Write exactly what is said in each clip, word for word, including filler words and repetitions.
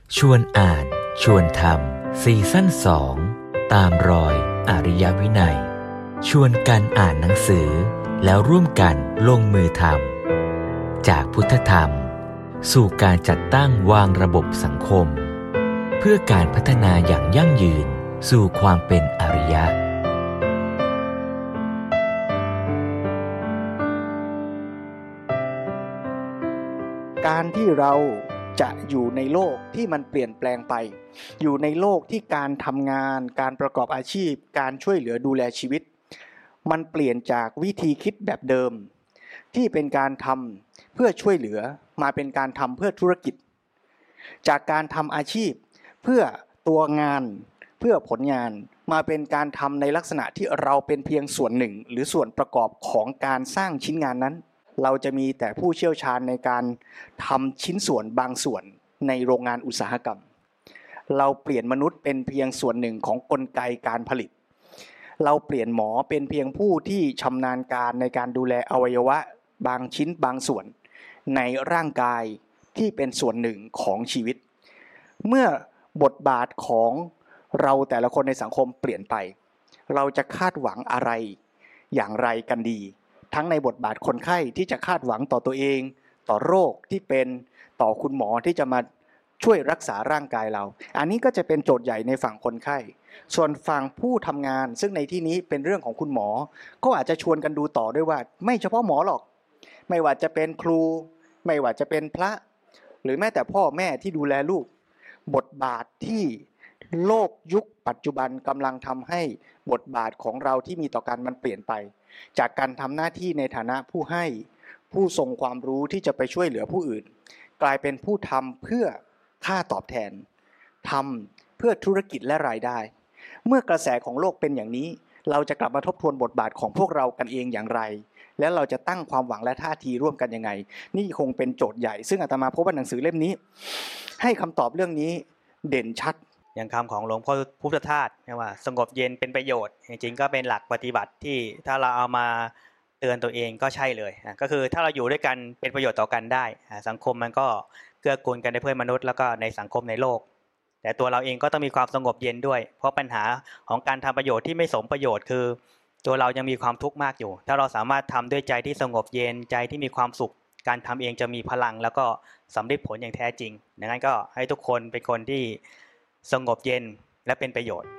ชวนอ่านชวนทำซีซั่นสองตามรอยอริยวินัยชวนกันอ่านหนังสือแล้วร่วมกันลงมือทำจากพุทธธรรมสู่การจัดตั้งวางระบบสังคมเพื่อการพัฒนาอย่างยั่งยืนสู่ความเป็นอริยะการที่เราจะอยู่ในโลกที่มันเปลี่ยนแปลงไปอยู่ในโลกที่การทำงานการประกอบอาชีพการช่วยเหลือดูแลชีวิตมันเปลี่ยนจากวิธีคิดแบบเดิมที่เป็นการทำเพื่อช่วยเหลือมาเป็นการทำเพื่อธุรกิจจากการทำอาชีพเพื่อตัวงานเพื่อผลงานมาเป็นการทำในลักษณะที่เราเป็นเพียงส่วนหนึ่งหรือส่วนประกอบของการสร้างชิ้นงานนั้นเราจะมีแต่ผู้เชี่ยวชาญในการทำชิ้นส่วนบางส่วนในโรงงานอุตสาหกรรมเราเปลี่ยนมนุษย์เป็นเพียงส่วนหนึ่งของกลไกการผลิตเราเปลี่ยนหมอเป็นเพียงผู้ที่ชำนาญการในการดูแลอวัยวะบางชิ้นบางส่วนในร่างกายที่เป็นส่วนหนึ่งของชีวิตเมื่อบทบาทของเราแต่ละคนในสังคมเปลี่ยนไปเราจะคาดหวังอะไรอย่างไรกันดีทั้งในบทบาทคนไข้ที่จะคาดหวังต่อตัวเองต่อโรคที่เป็นต่อคุณหมอที่จะมาช่วยรักษาร่างกายเราอันนี้ก็จะเป็นโจทย์ใหญ่ในฝั่งคนไข้ส่วนฝั่งผู้ทำงานซึ่งในที่นี้เป็นเรื่องของคุณหมอก็อาจจะชวนกันดูต่อด้วยว่าไม่เฉพาะหมอหรอกไม่ว่าจะเป็นครูไม่ว่าจะเป็นพระหรือแม้แต่พ่อแม่ที่ดูแลลูกบทบาทที่โลกยุคปัจจุบันกำลังทำให้บทบาทของเราที่มีต่อกันมันเปลี่ยนไปจากการทำหน้าที่ในฐานะผู้ให้ผู้ทรงความรู้ที่จะไปช่วยเหลือผู้อื่นกลายเป็นผู้ทำเพื่อค่าตอบแทนทำเพื่อธุรกิจและรายได้เมื่อกระแสของโลกเป็นอย่างนี้เราจะกลับมาทบทวนบทบาทของพวกเรากันเองอย่างไรแล้วเราจะตั้งความหวังและท่าทีร่วมกันยังไงนี่คงเป็นโจทย์ใหญ่ซึ่งอาตมาพบว่าหนังสือเล่มนี้ให้คำตอบเรื่องนี้เด่นชัดอย่างคำของหลวงพ่อพุทธทาสว่าสงบเย็นเป็นประโยชน์จริงๆก็เป็นหลักปฏิบัติที่ถ้าเราเอามาเตือนตัวเองก็ใช่เลยก็คือถ้าเราอยู่ด้วยกันเป็นประโยชน์ต่อกันได้สังคมมันก็เกื้อกูลกันในเพื่อนมนุษย์แล้วก็ในสังคมในโลกแต่ตัวเราเองก็ต้องมีความสงบเย็นด้วยเพราะปัญหาของการทำประโยชน์ที่ไม่สมประโยชน์คือตัวเรายังมีความทุกข์มากอยู่ถ้าเราสามารถทำด้วยใจที่สงบเย็นใจที่มีความสุขการทำเองจะมีพลังแล้วก็สำเร็จผลอย่างแท้จริงดังนั้นก็ให้ทุกคนเป็นคนที่สงบเย็นและเป็นประโยชน์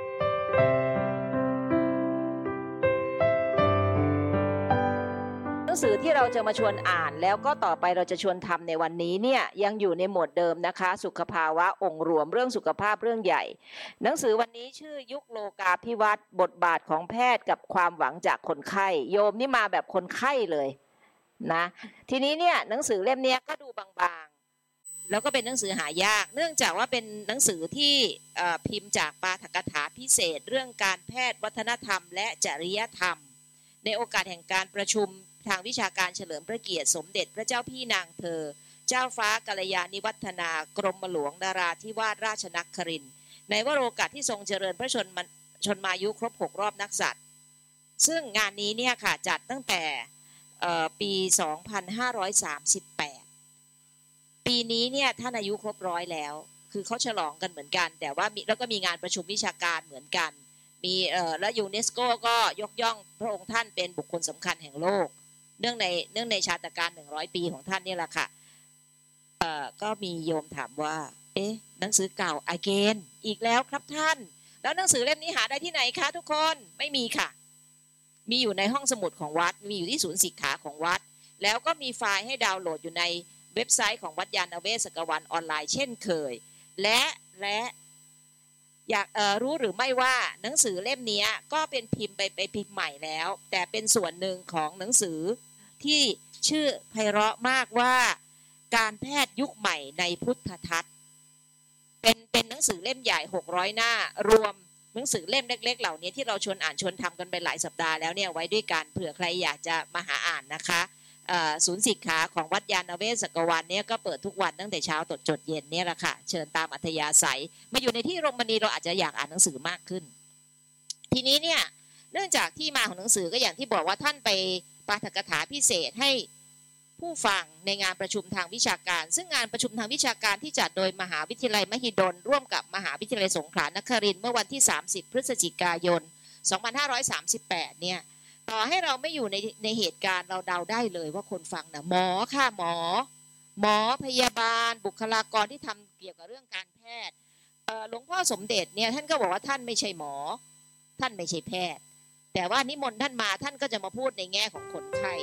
หนังสือที่เราจะมาชวนอ่านแล้วก็ต่อไปเราจะชวนทำในวันนี้เนี่ยยังอยู่ในหมวดเดิมนะคะสุขภาวะองค์รวมเรื่องสุขภาพเรื่องใหญ่หนังสือวันนี้ชื่อยุคโลกาภิวัตน์บทบาทของแพทย์กับความหวังจากคนไข้โยมนี่มาแบบคนไข้เลยนะทีนี้เนี่ยหนังสือเล่มนี้ก็ดูบางๆแล้วก็เป็นหนังสือหายากเนื่องจากว่าเป็นหนังสือที่พิมพ์จากปาฐกถาพิเศษเรื่องการแพทย์วัฒนธรรมและจริยธรรมในโอกาสแห่งการประชุมทางวิชาการเฉลิมพระเกียรติสมเด็จพระเจ้าพี่นางเธอเจ้าฟ้ากัลยาณิวัฒนากรมหลวงนราธิวาสราชนครินทร์ในวโรกาสที่ทรงเจริญพระชนมชนมายุครบหกรอบนักษัตริย์ซึ่งงานนี้เนี่ยค่ะจัดตั้งแต่ปีสองพันห้าร้อยสามสิบแปดปีนี้เนี่ยท่านอายุครบร้อยแล้วคือเขาฉลองกันเหมือนกันแต่ว่าแล้วก็มีงานประชุมวิชาการเหมือนกันมีเอ่อและยูเนสโกก็ยกย่องพระองค์ท่านเป็นบุคคลสำคัญแห่งโลกเนื่องในเนื่องในชาตการหนึ่งร้อยปีของท่านนี่แหละค่ะเอ่อก็มีโยมถามว่าเอ๊ะหนังสือเก่า again อีกแล้วครับท่านแล้วหนังสือเล่มนี้หาได้ที่ไหนคะทุกคนไม่มีค่ะมีอยู่ในห้องสมุดของวัดมีอยู่ที่ศูนย์ศิกขาของวัดแล้วก็มีไฟล์ให้ดาวน์โหลดอยู่ในเว็บไซต์ของวัดยานเวศกวันออนไลน์เช่นเคยและและอยากเอ่อรู้หรือไม่ว่าหนังสือเล่มนี้ก็เป็นพิมพ์ไปไปพิมพ์ใหม่แล้วแต่เป็นส่วนหนึ่งของหนังสือที่ชื่อไพเราะมากว่าการแพทย์ยุคใหม่ในพุทธทัศน์เป็นเป็นหนังสือเล่มใหญ่หกร้อยหน้ารวมหนังสือเล่มเล็กๆเหล่านี้ที่เราชวนอ่านชวนทำกันไปหลายสัปดาห์แล้วเนี่ยไว้ด้วยกันเผื่อใครอยากจะมาหาอ่านนะคะศูนย์ศิกขาของวัดยานเวศกวันเนี่ยก็เปิดทุกวันตั้งแต่เช้าตดจดเย็นเนี่ยแหละค่ะเชิญตามอัธยาศัยมาอยู่ในที่โรงมณีเราอาจจะอยากอ่านหนังสือมากขึ้นทีนี้เนี่ยเนื่องจากที่มาของหนังสือก็อย่างที่บอกว่าท่านไปปาฐกถาพิเศษให้ผู้ฟังในงานประชุมทางวิชาการซึ่งงานประชุมทางวิชาการที่จัดโดยมหาวิทยาลัยมหิดลร่วมกับมหาวิทยาลัยสงขลานครินทร์เมื่อวันที่สามสิบพฤศจิกายนสองพันห้าร้อยสามสิบแปดเนี่ยต่อให้เราไม่อยู่ในในเหตุการณ์เราเดาได้เลยว่าคนฟังนะหมอค่ะหมอหมอพยาบาลบุคลากรที่ทำเกี่ยวกับเรื่องการแพทย์หลวงพ่อสมเด็จเนี่ยท่านก็บอกว่าท่านไม่ใช่หมอท่านไม่ใช่แพทย์แต่ว่านิมนต์ท่านมาท่านก็จะมาพูดในแง่ของคนไข้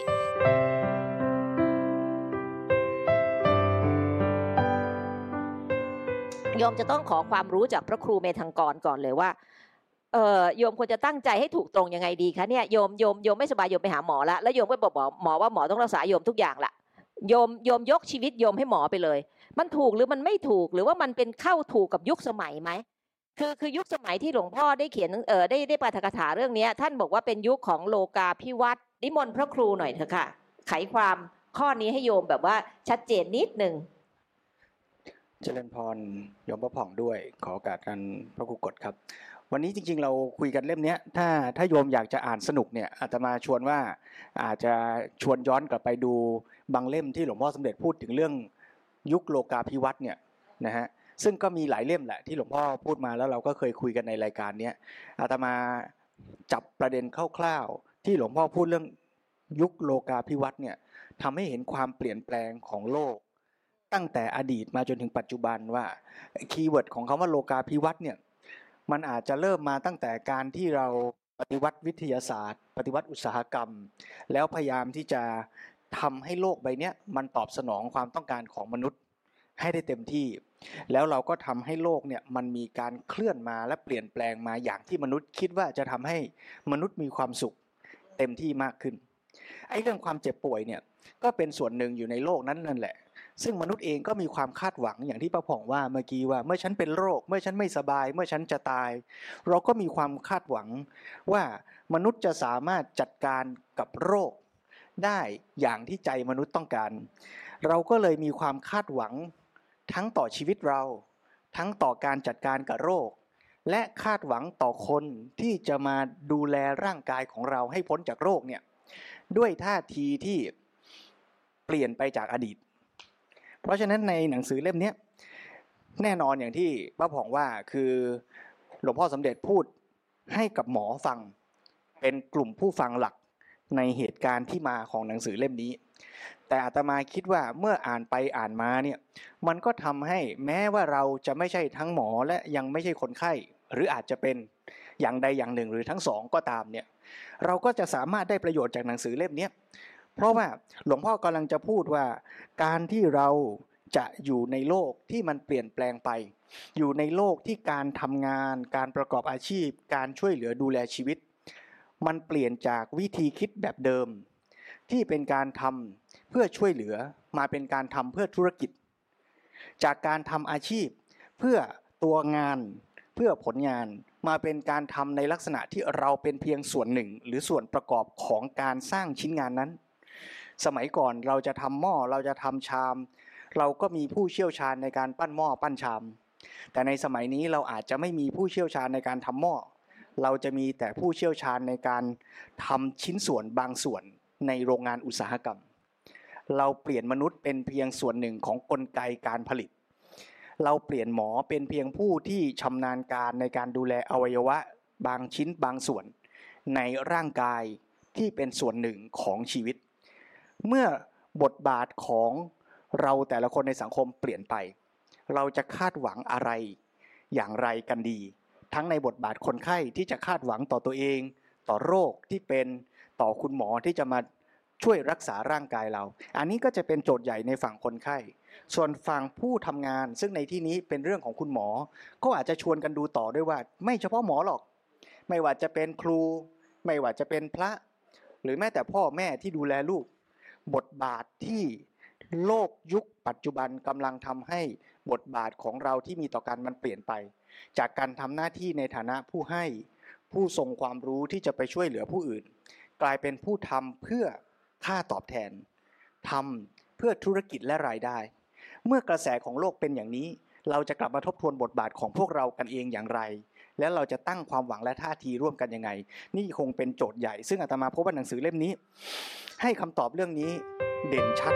โยมจะต้องขอความรู้จากพระครูเมธังกรก่อนเลยว่าเออโยมควรจะตั้งใจให้ถูกตรงยังไงดีคะเนี่ยโยมโยมโยมไม่สบายโยมไปหาหมอละแล้วโยมก็บอกหมอว่าหมอต้องรักษาโยมทุกอย่างละโยมโยมยกชีวิตโยมให้หมอไปเลยมันถูกหรือมันไม่ถูกหรือว่ามันเป็นเข้าถูกกับยุคสมัยไหมคือคือยุคสมัยที่หลวงพ่อได้เขียนเออได้ได้ปาฐกถาเรื่องนี้ท่านบอกว่าเป็นยุคของโลกาภิวัตน์นิมนต์พระครูหน่อยเถอะค่ะไขความข้อนี้ให้โยมแบบว่าชัดเจนนิดนึงเจริญพรโยมพระผ่องด้วยขอโอกาสกันพระครูกฎครับวันนี้จริงๆเราคุยกันเล่มนี้ถ้าถ้าโยมอยากจะอ่านสนุกเนี่ยอาตมาชวนว่าอาจจะชวนย้อนกลับไปดูบางเล่มที่หลวงพ่อสมเด็จพูดถึงเรื่องยุคโลกาภิวัตน์เนี่ยนะฮะซึ่งก็มีหลายเล่มแหละที่หลวงพ่อพูดมาแล้วเราก็เคยคุยกันในรายการนี้อาตมาจับประเด็นคร่าวๆที่หลวงพ่อพูดเรื่องยุคโลกาภิวัตน์เนี่ยทำให้เห็นความเปลี่ยนแปลงของโลกตั้งแต่อดีตมาจนถึงปัจจุบันว่าคีย์เวิร์ดของคำว่าโลกาภิวัตน์เนี่ยมันอาจจะเริ่มมาตั้งแต่การที่เราปฏิวัติวิทยาศาสตร์ปฏิวัติอุตสาหกรรมแล้วพยายามที่จะทำให้โลกใบนี้มันตอบสนองความต้องการของมนุษย์ให้ได้เต็มที่แล้วเราก็ทำให้โลกเนี่ยมันมีการเคลื่อนมาและเปลี่ยนแปลงมาอย่างที่มนุษย์คิดว่าจะทำให้มนุษย์มีความสุขเต็มที่มากขึ้นไอ้เรื่องความเจ็บป่วยเนี่ยก็เป็นส่วนหนึ่งอยู่ในโลกนั้นนั่นแหละซึ่งมนุษย์เองก็มีความคาดหวังอย่างที่ป้าผ่องว่าเมื่อกี้ว่าเมื่อฉันเป็นโรคเมื่อฉันไม่สบายเมื่อฉันจะตายเราก็มีความคาดหวังว่ามนุษย์จะสามารถจัดการกับโรคได้อย่างที่ใจมนุษย์ต้องการเราก็เลยมีความคาดหวังทั้งต่อชีวิตเราทั้งต่อการจัดการกับโรคและคาดหวังต่อคนที่จะมาดูแลร่างกายของเราให้พ้นจากโรคเนี่ยด้วยท่าทีที่เปลี่ยนไปจากอดีตเพราะฉะนั้นในหนังสือเล่มนี้แน่นอนอย่างที่ป้าผ่องว่าคือหลวงพ่อสมเด็จพูดให้กับหมอฟังเป็นกลุ่มผู้ฟังหลักในเหตุการณ์ที่มาของหนังสือเล่มนี้แต่อาตมาคิดว่าเมื่ออ่านไปอ่านมาเนี่ยมันก็ทำให้แม้ว่าเราจะไม่ใช่ทั้งหมอและยังไม่ใช่คนไข้หรืออาจจะเป็นอย่างใดอย่างหนึ่งหรือทั้งสองก็ตามเนี่ยเราก็จะสามารถได้ประโยชน์จากหนังสือเล่มนี้เพราะว่าหลวงพ่อกำลังจะพูดว่าการที่เราจะอยู่ในโลกที่มันเปลี่ยนแปลงไปอยู่ในโลกที่การทำงานการประกอบอาชีพการช่วยเหลือดูแลชีวิตมันเปลี่ยนจากวิธีคิดแบบเดิมที่เป็นการทำเพื่อช่วยเหลือมาเป็นการทำเพื่อธุรกิจจากการทำอาชีพเพื่อตัวงานเพื่อผลงานมาเป็นการทำในลักษณะที่เราเป็นเพียงส่วนหนึ่งหรือส่วนประกอบของการสร้างชิ้นงานนั้นสมัยก่อนเราจะทำหม้อเราจะทำชามเราก็มีผู้เชี่ยวชาญในการปั้นหม้อปั้นชามแต่ในสมัยนี้เราอาจจะไม่มีผู้เชี่ยวชาญในการทำหม้อเราจะมีแต่ผู้เชี่ยวชาญในการทำชิ้นส่วนบางส่วนในโรงงานอุตสาหกรรมเราเปลี่ยนมนุษย์เป็นเพียงส่วนหนึ่งของกลไกการผลิตเราเปลี่ยนหมอเป็นเพียงผู้ที่ชำนาญการในการดูแลอวัยวะบางชิ้นบางส่วนในร่างกายที่เป็นส่วนหนึ่งของชีวิตเมื่อบทบาทของเราแต่ละคนในสังคมเปลี่ยนไปเราจะคาดหวังอะไรอย่างไรกันดีทั้งในบทบาทคนไข้ที่จะคาดหวังต่อตัวเองต่อโรคที่เป็นต่อคุณหมอที่จะมาช่วยรักษาร่างกายเราอันนี้ก็จะเป็นโจทย์ใหญ่ในฝั่งคนไข้ส่วนฝั่งผู้ทำงานซึ่งในที่นี้เป็นเรื่องของคุณหมอก็อาจจะชวนกันดูต่อด้วยว่าไม่เฉพาะหมอหรอกไม่ว่าจะเป็นครูไม่ว่าจะเป็นพระหรือแม้แต่พ่อแม่ที่ดูแลลูกบทบาทที่โลกยุคปัจจุบันกำลังทำให้บทบาทของเราที่มีต่อกันมันเปลี่ยนไปจากการทำหน้าที่ในฐานะผู้ให้ผู้ทรงความรู้ที่จะไปช่วยเหลือผู้อื่นกลายเป็นผู้ทำเพื่อค่าตอบแทนทำเพื่อธุรกิจและรายได้เมื่อกระแสของโลกเป็นอย่างนี้เราจะกลับมาทบทวนบทบาทของพวกเรากันเองอย่างไรแล้วเราจะตั้งความหวังและท่าทีร่วมกันยังไงนี่คงเป็นโจทย์ใหญ่ซึ่งอาตมาพบว่าหนังสือเล่มนี้ให้คำตอบเรื่องนี้เด่นชัด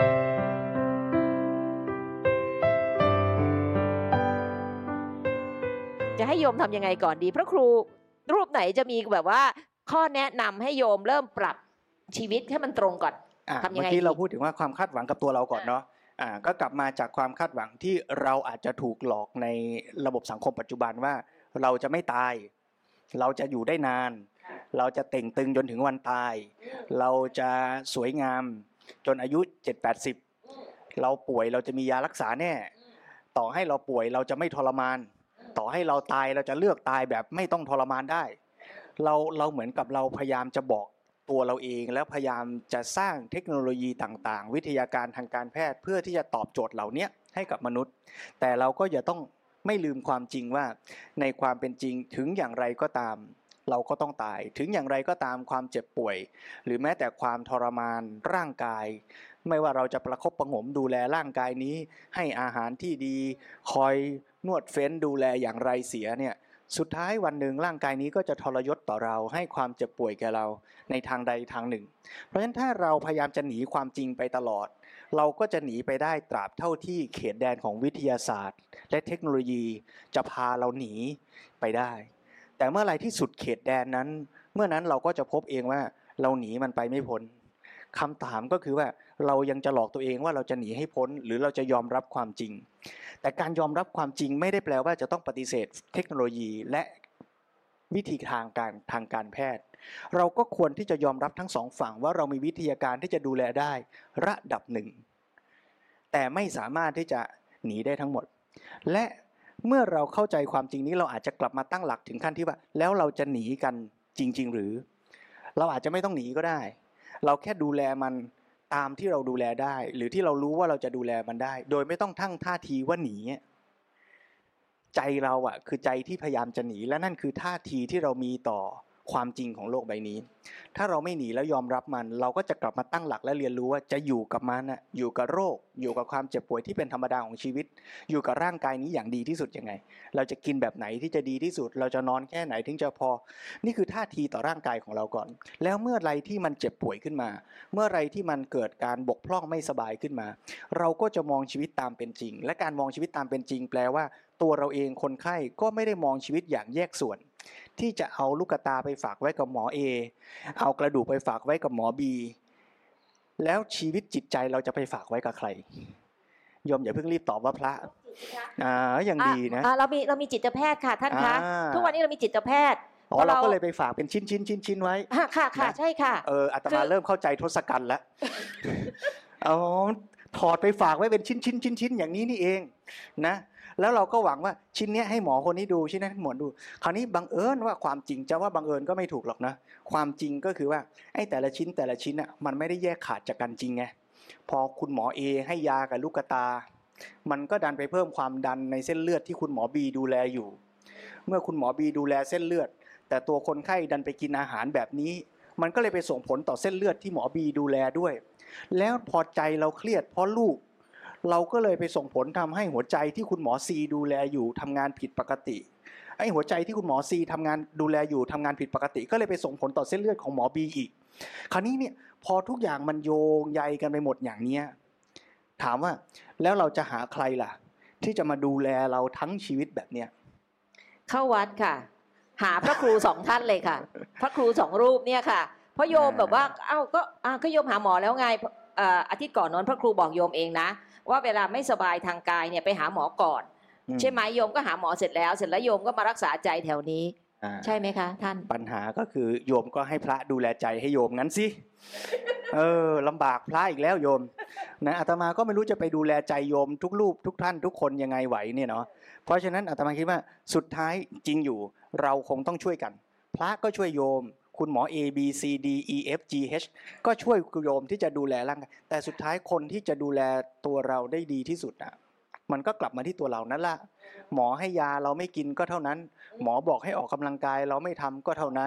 จะให้โยมทำยังไงก่อนดีพระครูรูปไหนจะมีแบบว่าข้อแนะนำให้โยมเริ่มปรับชีวิตให้มันตรงก่อนทำยังไงเมื่อกี้เราพูดถึงว่าความคาดหวังกับตัวเราก่อนเนาะอ่าก็กลับมาจากความคาดหวังที่เราอาจจะถูกหลอกในระบบสังคมปัจจุบันว่าเราจะไม่ตายเราจะอยู่ได้นานเราจะเต่งตึงจนถึงวันตายเราจะสวยงามจนอายุ เจ็ดแปดสิบ เราป่วยเราจะมียารักษาแน่ต่อให้เราป่วยเราจะไม่ทรมานต่อให้เราตายเราจะเลือกตายแบบไม่ต้องทรมานได้เราเราเหมือนกับเราพยายามจะบอกตัวเราเองแล้วพยายามจะสร้างเทคโนโลยีต่างๆวิทยาการทางการแพทย์เพื่อที่จะตอบโจทย์เหล่านี้ให้กับมนุษย์แต่เราก็อย่าต้องไม่ลืมความจริงว่าในความเป็นจริงถึงอย่างไรก็ตามเราก็ต้องตายถึงอย่างไรก็ตามความเจ็บป่วยหรือแม้แต่ความทรมานร่างกายไม่ว่าเราจะประคบประหงมดูแลร่างกายนี้ให้อาหารที่ดีคอยนวดเฟ้นดูแลอย่างไรเสียเนี่ยสุดท้ายวันหนึ่งร่างกายนี้ก็จะทรยศต่อเราให้ความเจ็บป่วยแก่เราในทางใดทางหนึ่งเพราะฉะนั้นถ้าเราพยายามจะหนีความจริงไปตลอดเราก็จะหนีไปได้ตราบเท่าที่เขตแดนของวิทยาศาสตร์และเทคโนโลยีจะพาเราหนีไปได้แต่เมื่อไรที่สุดเขตแดนนั้นเมื่อนั้นเราก็จะพบเองว่าเราหนีมันไปไม่พ้นคำถามก็คือว่าเรายังจะหลอกตัวเองว่าเราจะหนีให้พ้นหรือเราจะยอมรับความจริงแต่การยอมรับความจริงไม่ได้แปลว่าจะต้องปฏิเสธเทคโนโลยีและวิธีทางการทางการแพทย์เราก็ควรที่จะยอมรับทั้งสองฝั่งว่าเรามีวิทยาการที่จะดูแลได้ระดับหนึ่งแต่ไม่สามารถที่จะหนีได้ทั้งหมดและเมื่อเราเข้าใจความจริงนี้เราอาจจะกลับมาตั้งหลักถึงขั้นที่ว่าแล้วเราจะหนีกันจริงๆหรือเราอาจจะไม่ต้องหนีก็ได้เราแค่ดูแลมันตามที่เราดูแลได้หรือที่เรารู้ว่าเราจะดูแลมันได้โดยไม่ต้องทั้งท่าทีว่าหนีใจเราอ่ะคือใจที่พยายามจะหนีและนั่นคือท่าทีที่เรามีต่อความจริงของโลกใบนี้ถ้าเราไม่หนีแล้วยอมรับมันเราก็จะกลับมาตั้งหลักและเรียนรู้ว่าจะอยู่กับมันน่ะอยู่กับโรคอยู่กับความเจ็บป่วยที่เป็นธรรมดาของชีวิตอยู่กับร่างกายนี้อย่างดีที่สุดยังไงเราจะกินแบบไหนที่จะดีที่สุดเราจะนอนแค่ไหนถึงจะพอนี่คือท่าทีต่อร่างกายของเราก่อนแล้วเมื่อไรที่มันเจ็บป่วยขึ้นมาเมื่อไรที่มันเกิดการบกพร่องไม่สบายขึ้นมาเราก็จะมองชีวิตตามเป็นจริงและการมองชีวิตตามเป็นจริงแปลว่าตัวเราเองคนไข้ก็ไม่ได้มองชีวิตอย่างแยกส่วนที่จะเอาลูกตาไปฝากไว้กับหมอ A เอากระดูกไปฝากไว้กับหมอ B แล้วชีวิตจิตใจเราจะไปฝากไว้กับใครโยมอย่าเพิ่งรีบตอบว่าพระอ่ายังดีนะเรามีเรามีจิตแพทย์ค่ะท่านคะทุกวันนี้เรามีจิตแพทย์อ๋อเราก็เลยไปฝากเป็นชิ้นชิ้นชิ้นชิ้นไว้ค่ะค่ะใช่ค่ะเอออาตมาเริ่มเข้าใจทศกัณฐ์แล้วอ๋อถอดไปฝากไว้เป็นชิ้นชิ้นชิ้นชิ้นอย่างนี้นี่เองนะแล้วเราก็หวังว่าชิ้นนี้ให้หมอคนนี้ดูชิ้นนั้นให้หมอดูคราวนี้บังเอิญว่าความจริงจะว่าบังเอิญก็ไม่ถูกหรอกนะความจริงก็คือว่าไอ้แต่ละชิ้นแต่ละชิ้นอ่ะมันไม่ได้แยกขาดจากกันจริงไงพอคุณหมอ A ให้ยากับลูกตามันก็ดันไปเพิ่มความดันในเส้นเลือดที่คุณหมอ B ดูแลอยู่เมื่อคุณหมอ B ดูแลเส้นเลือดแต่ตัวคนไข้ดันไปกินอาหารแบบนี้มันก็เลยไปส่งผลต่อเส้นเลือดที่หมอ B ดูแลด้วยแล้วพอใจเราเครียดเพราะลูกเราก็เลยไปส่งผลทำให้หัวใจที่คุณหมอ C ดูแลอยู่ทำงานผิดปกติไอ้หัวใจที่คุณหมอ C ทำงานดูแลอยู่ทำงานผิดปกติก็เลยไปส่งผลต่อเส้นเลือดของหมอ B อีกคราวนี้เนี่ยพอทุกอย่างมันโยงใยกันไปหมดอย่างเนี้ยถามว่าแล้วเราจะหาใครล่ะที่จะมาดูแลเราทั้งชีวิตแบบเนี้ยเข้าวัดค่ะหาพระครูสองท่านเลยค่ะพระครูสองรูปเนี่ยค่ะเพราะโยมแบบว่าเอ้าก็อ่าก็โยมหาหมอแล้วไงอาทิตย์ก่อนนั้นพระครูบอกโยมเองนะว่าเวลาไม่สบายทางกายเนี่ยไปหาหมอก่อนใช่ไหมโยมก็หาหมอเสร็จแล้วเสร็จแล้วโยมก็มารักษาใจแถวนี้ใช่ไหมคะท่านปัญหาก็คือโยมก็ให้พระดูแลใจให้โยมงั้นสิเออลำบากพระอีกแล้วโยมนะอาตมาก็ไม่รู้จะไปดูแลใจโยมทุกรูปทุกท่านทุกคนยังไงไหวเนี่ยเนาะเพราะฉะนั้นอาตมาคิดว่าสุดท้ายจริงอยู่เราคงต้องช่วยกันพระก็ช่วยโยมคุณหมอ A B C D E F G H ก็ช่วยโยมที่จะดูแลร่างกายแต่สุดท้ายคนที่จะดูแลตัวเราได้ดีที่สุดอ่ะมันก็กลับมาที่ตัวเรานั่นแหละหมอให้ยาเราไม่กินก็เท่านั้นหมอบอกให้ออกกำลังกายเราไม่ทำก็เท่านั้น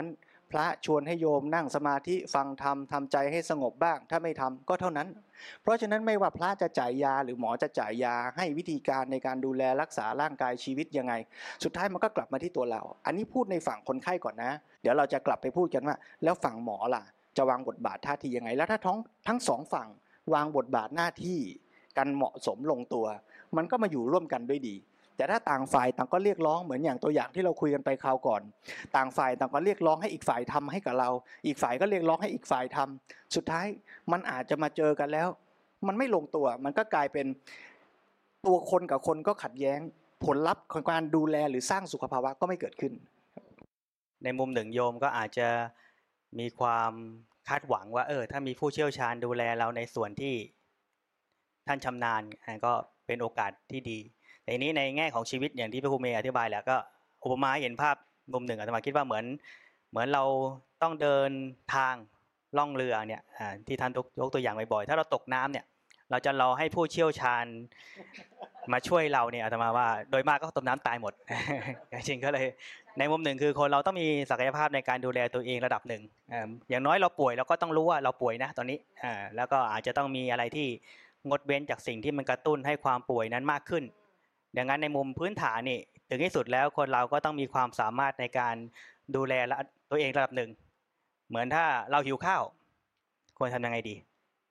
พระชวนให้โยมนั่งสมาธิฟังธรรมทำใจให้สงบบ้างถ้าไม่ทำก็เท่านั้นเพราะฉะนั้นไม่ว่าพระจะจ่ายยาหรือหมอจะจ่ายยาให้วิธีการในการดูแลรักษาร่างกายชีวิตยังไงสุดท้ายมันก็กลับมาที่ตัวเราอันนี้พูดในฝั่งคนไข้ก่อนนะเดี๋ยวเราจะกลับไปพูดกันว่าแล้วฝั่งหมอล่ะจะวางบทบาทท่าทียังไงแล้วถ้าทั้งทั้งสองฝั่งวางบทบาทหน้าที่กันเหมาะสมลงตัวมันก็มาอยู่ร่วมกันด้วยดีแต่ถ้าต่างฝ่ายต่างก็เรียกร้องเหมือนอย่างตัวอย่างที่เราคุยกันไปคราวก่อนต่างฝ่ายต่างก็เรียกร้องให้อีกฝ่ายทำให้กับเราอีกฝ่ายก็เรียกร้องให้อีกฝ่ายทำสุดท้ายมันอาจจะมาเจอกันแล้วมันไม่ลงตัวมันก็กลายเป็นตัวคนกับคนก็ขัดแย้งผลลัพธ์ของการดูแลหรือสร้างสุขภาวะก็ไม่เกิดขึ้นในมุมหนึ่งโยมก็อาจจะมีความคาดหวังว่าเออถ้ามีผู้เชี่ยวชาญดูแลเราในส่วนที่ท่านชำนาญก็เป็นโอกาสที่ดีแต่นี้ในแง่ของชีวิตอย่างที่พระครูเมย์อธิบายแล้วก็อุปมาเห็นภาพมุมหนึ่งอาตมาคิดว่าเหมือนเหมือนเราต้องเดินทางล่องเรือเนี่ยที่ท่านยกตัวอย่างบ่อยๆถ้าเราตกน้ำเนี่ยเราจะรอให้ผู้เชี่ยวชาญมาช่วยเราเนี่ยอาตมาว่าโดยมากก็ตกน้ำตายหมดจริงก็เลยในมุมหนึ่งคือคนเราต้องมีศักยภาพในการดูแลตัวเองระดับหนึ่งอย่างน้อยเราป่วยเราก็ต้องรู้ว่าเราป่วยนะตอนนี้แล้วก็อาจจะต้องมีอะไรที่งดเว้นจากสิ่งที่มันกระตุ้นให้ความป่วยนั้นมากขึ้นดังนั้นในมุมพื้นฐานนี่ถึงที่สุดแล้วคนเราก็ต้องมีความสามารถในการดูแลตัวเองระดับหนึ่งเหมือนถ้าเราหิวข้าวควรทำยังไงดี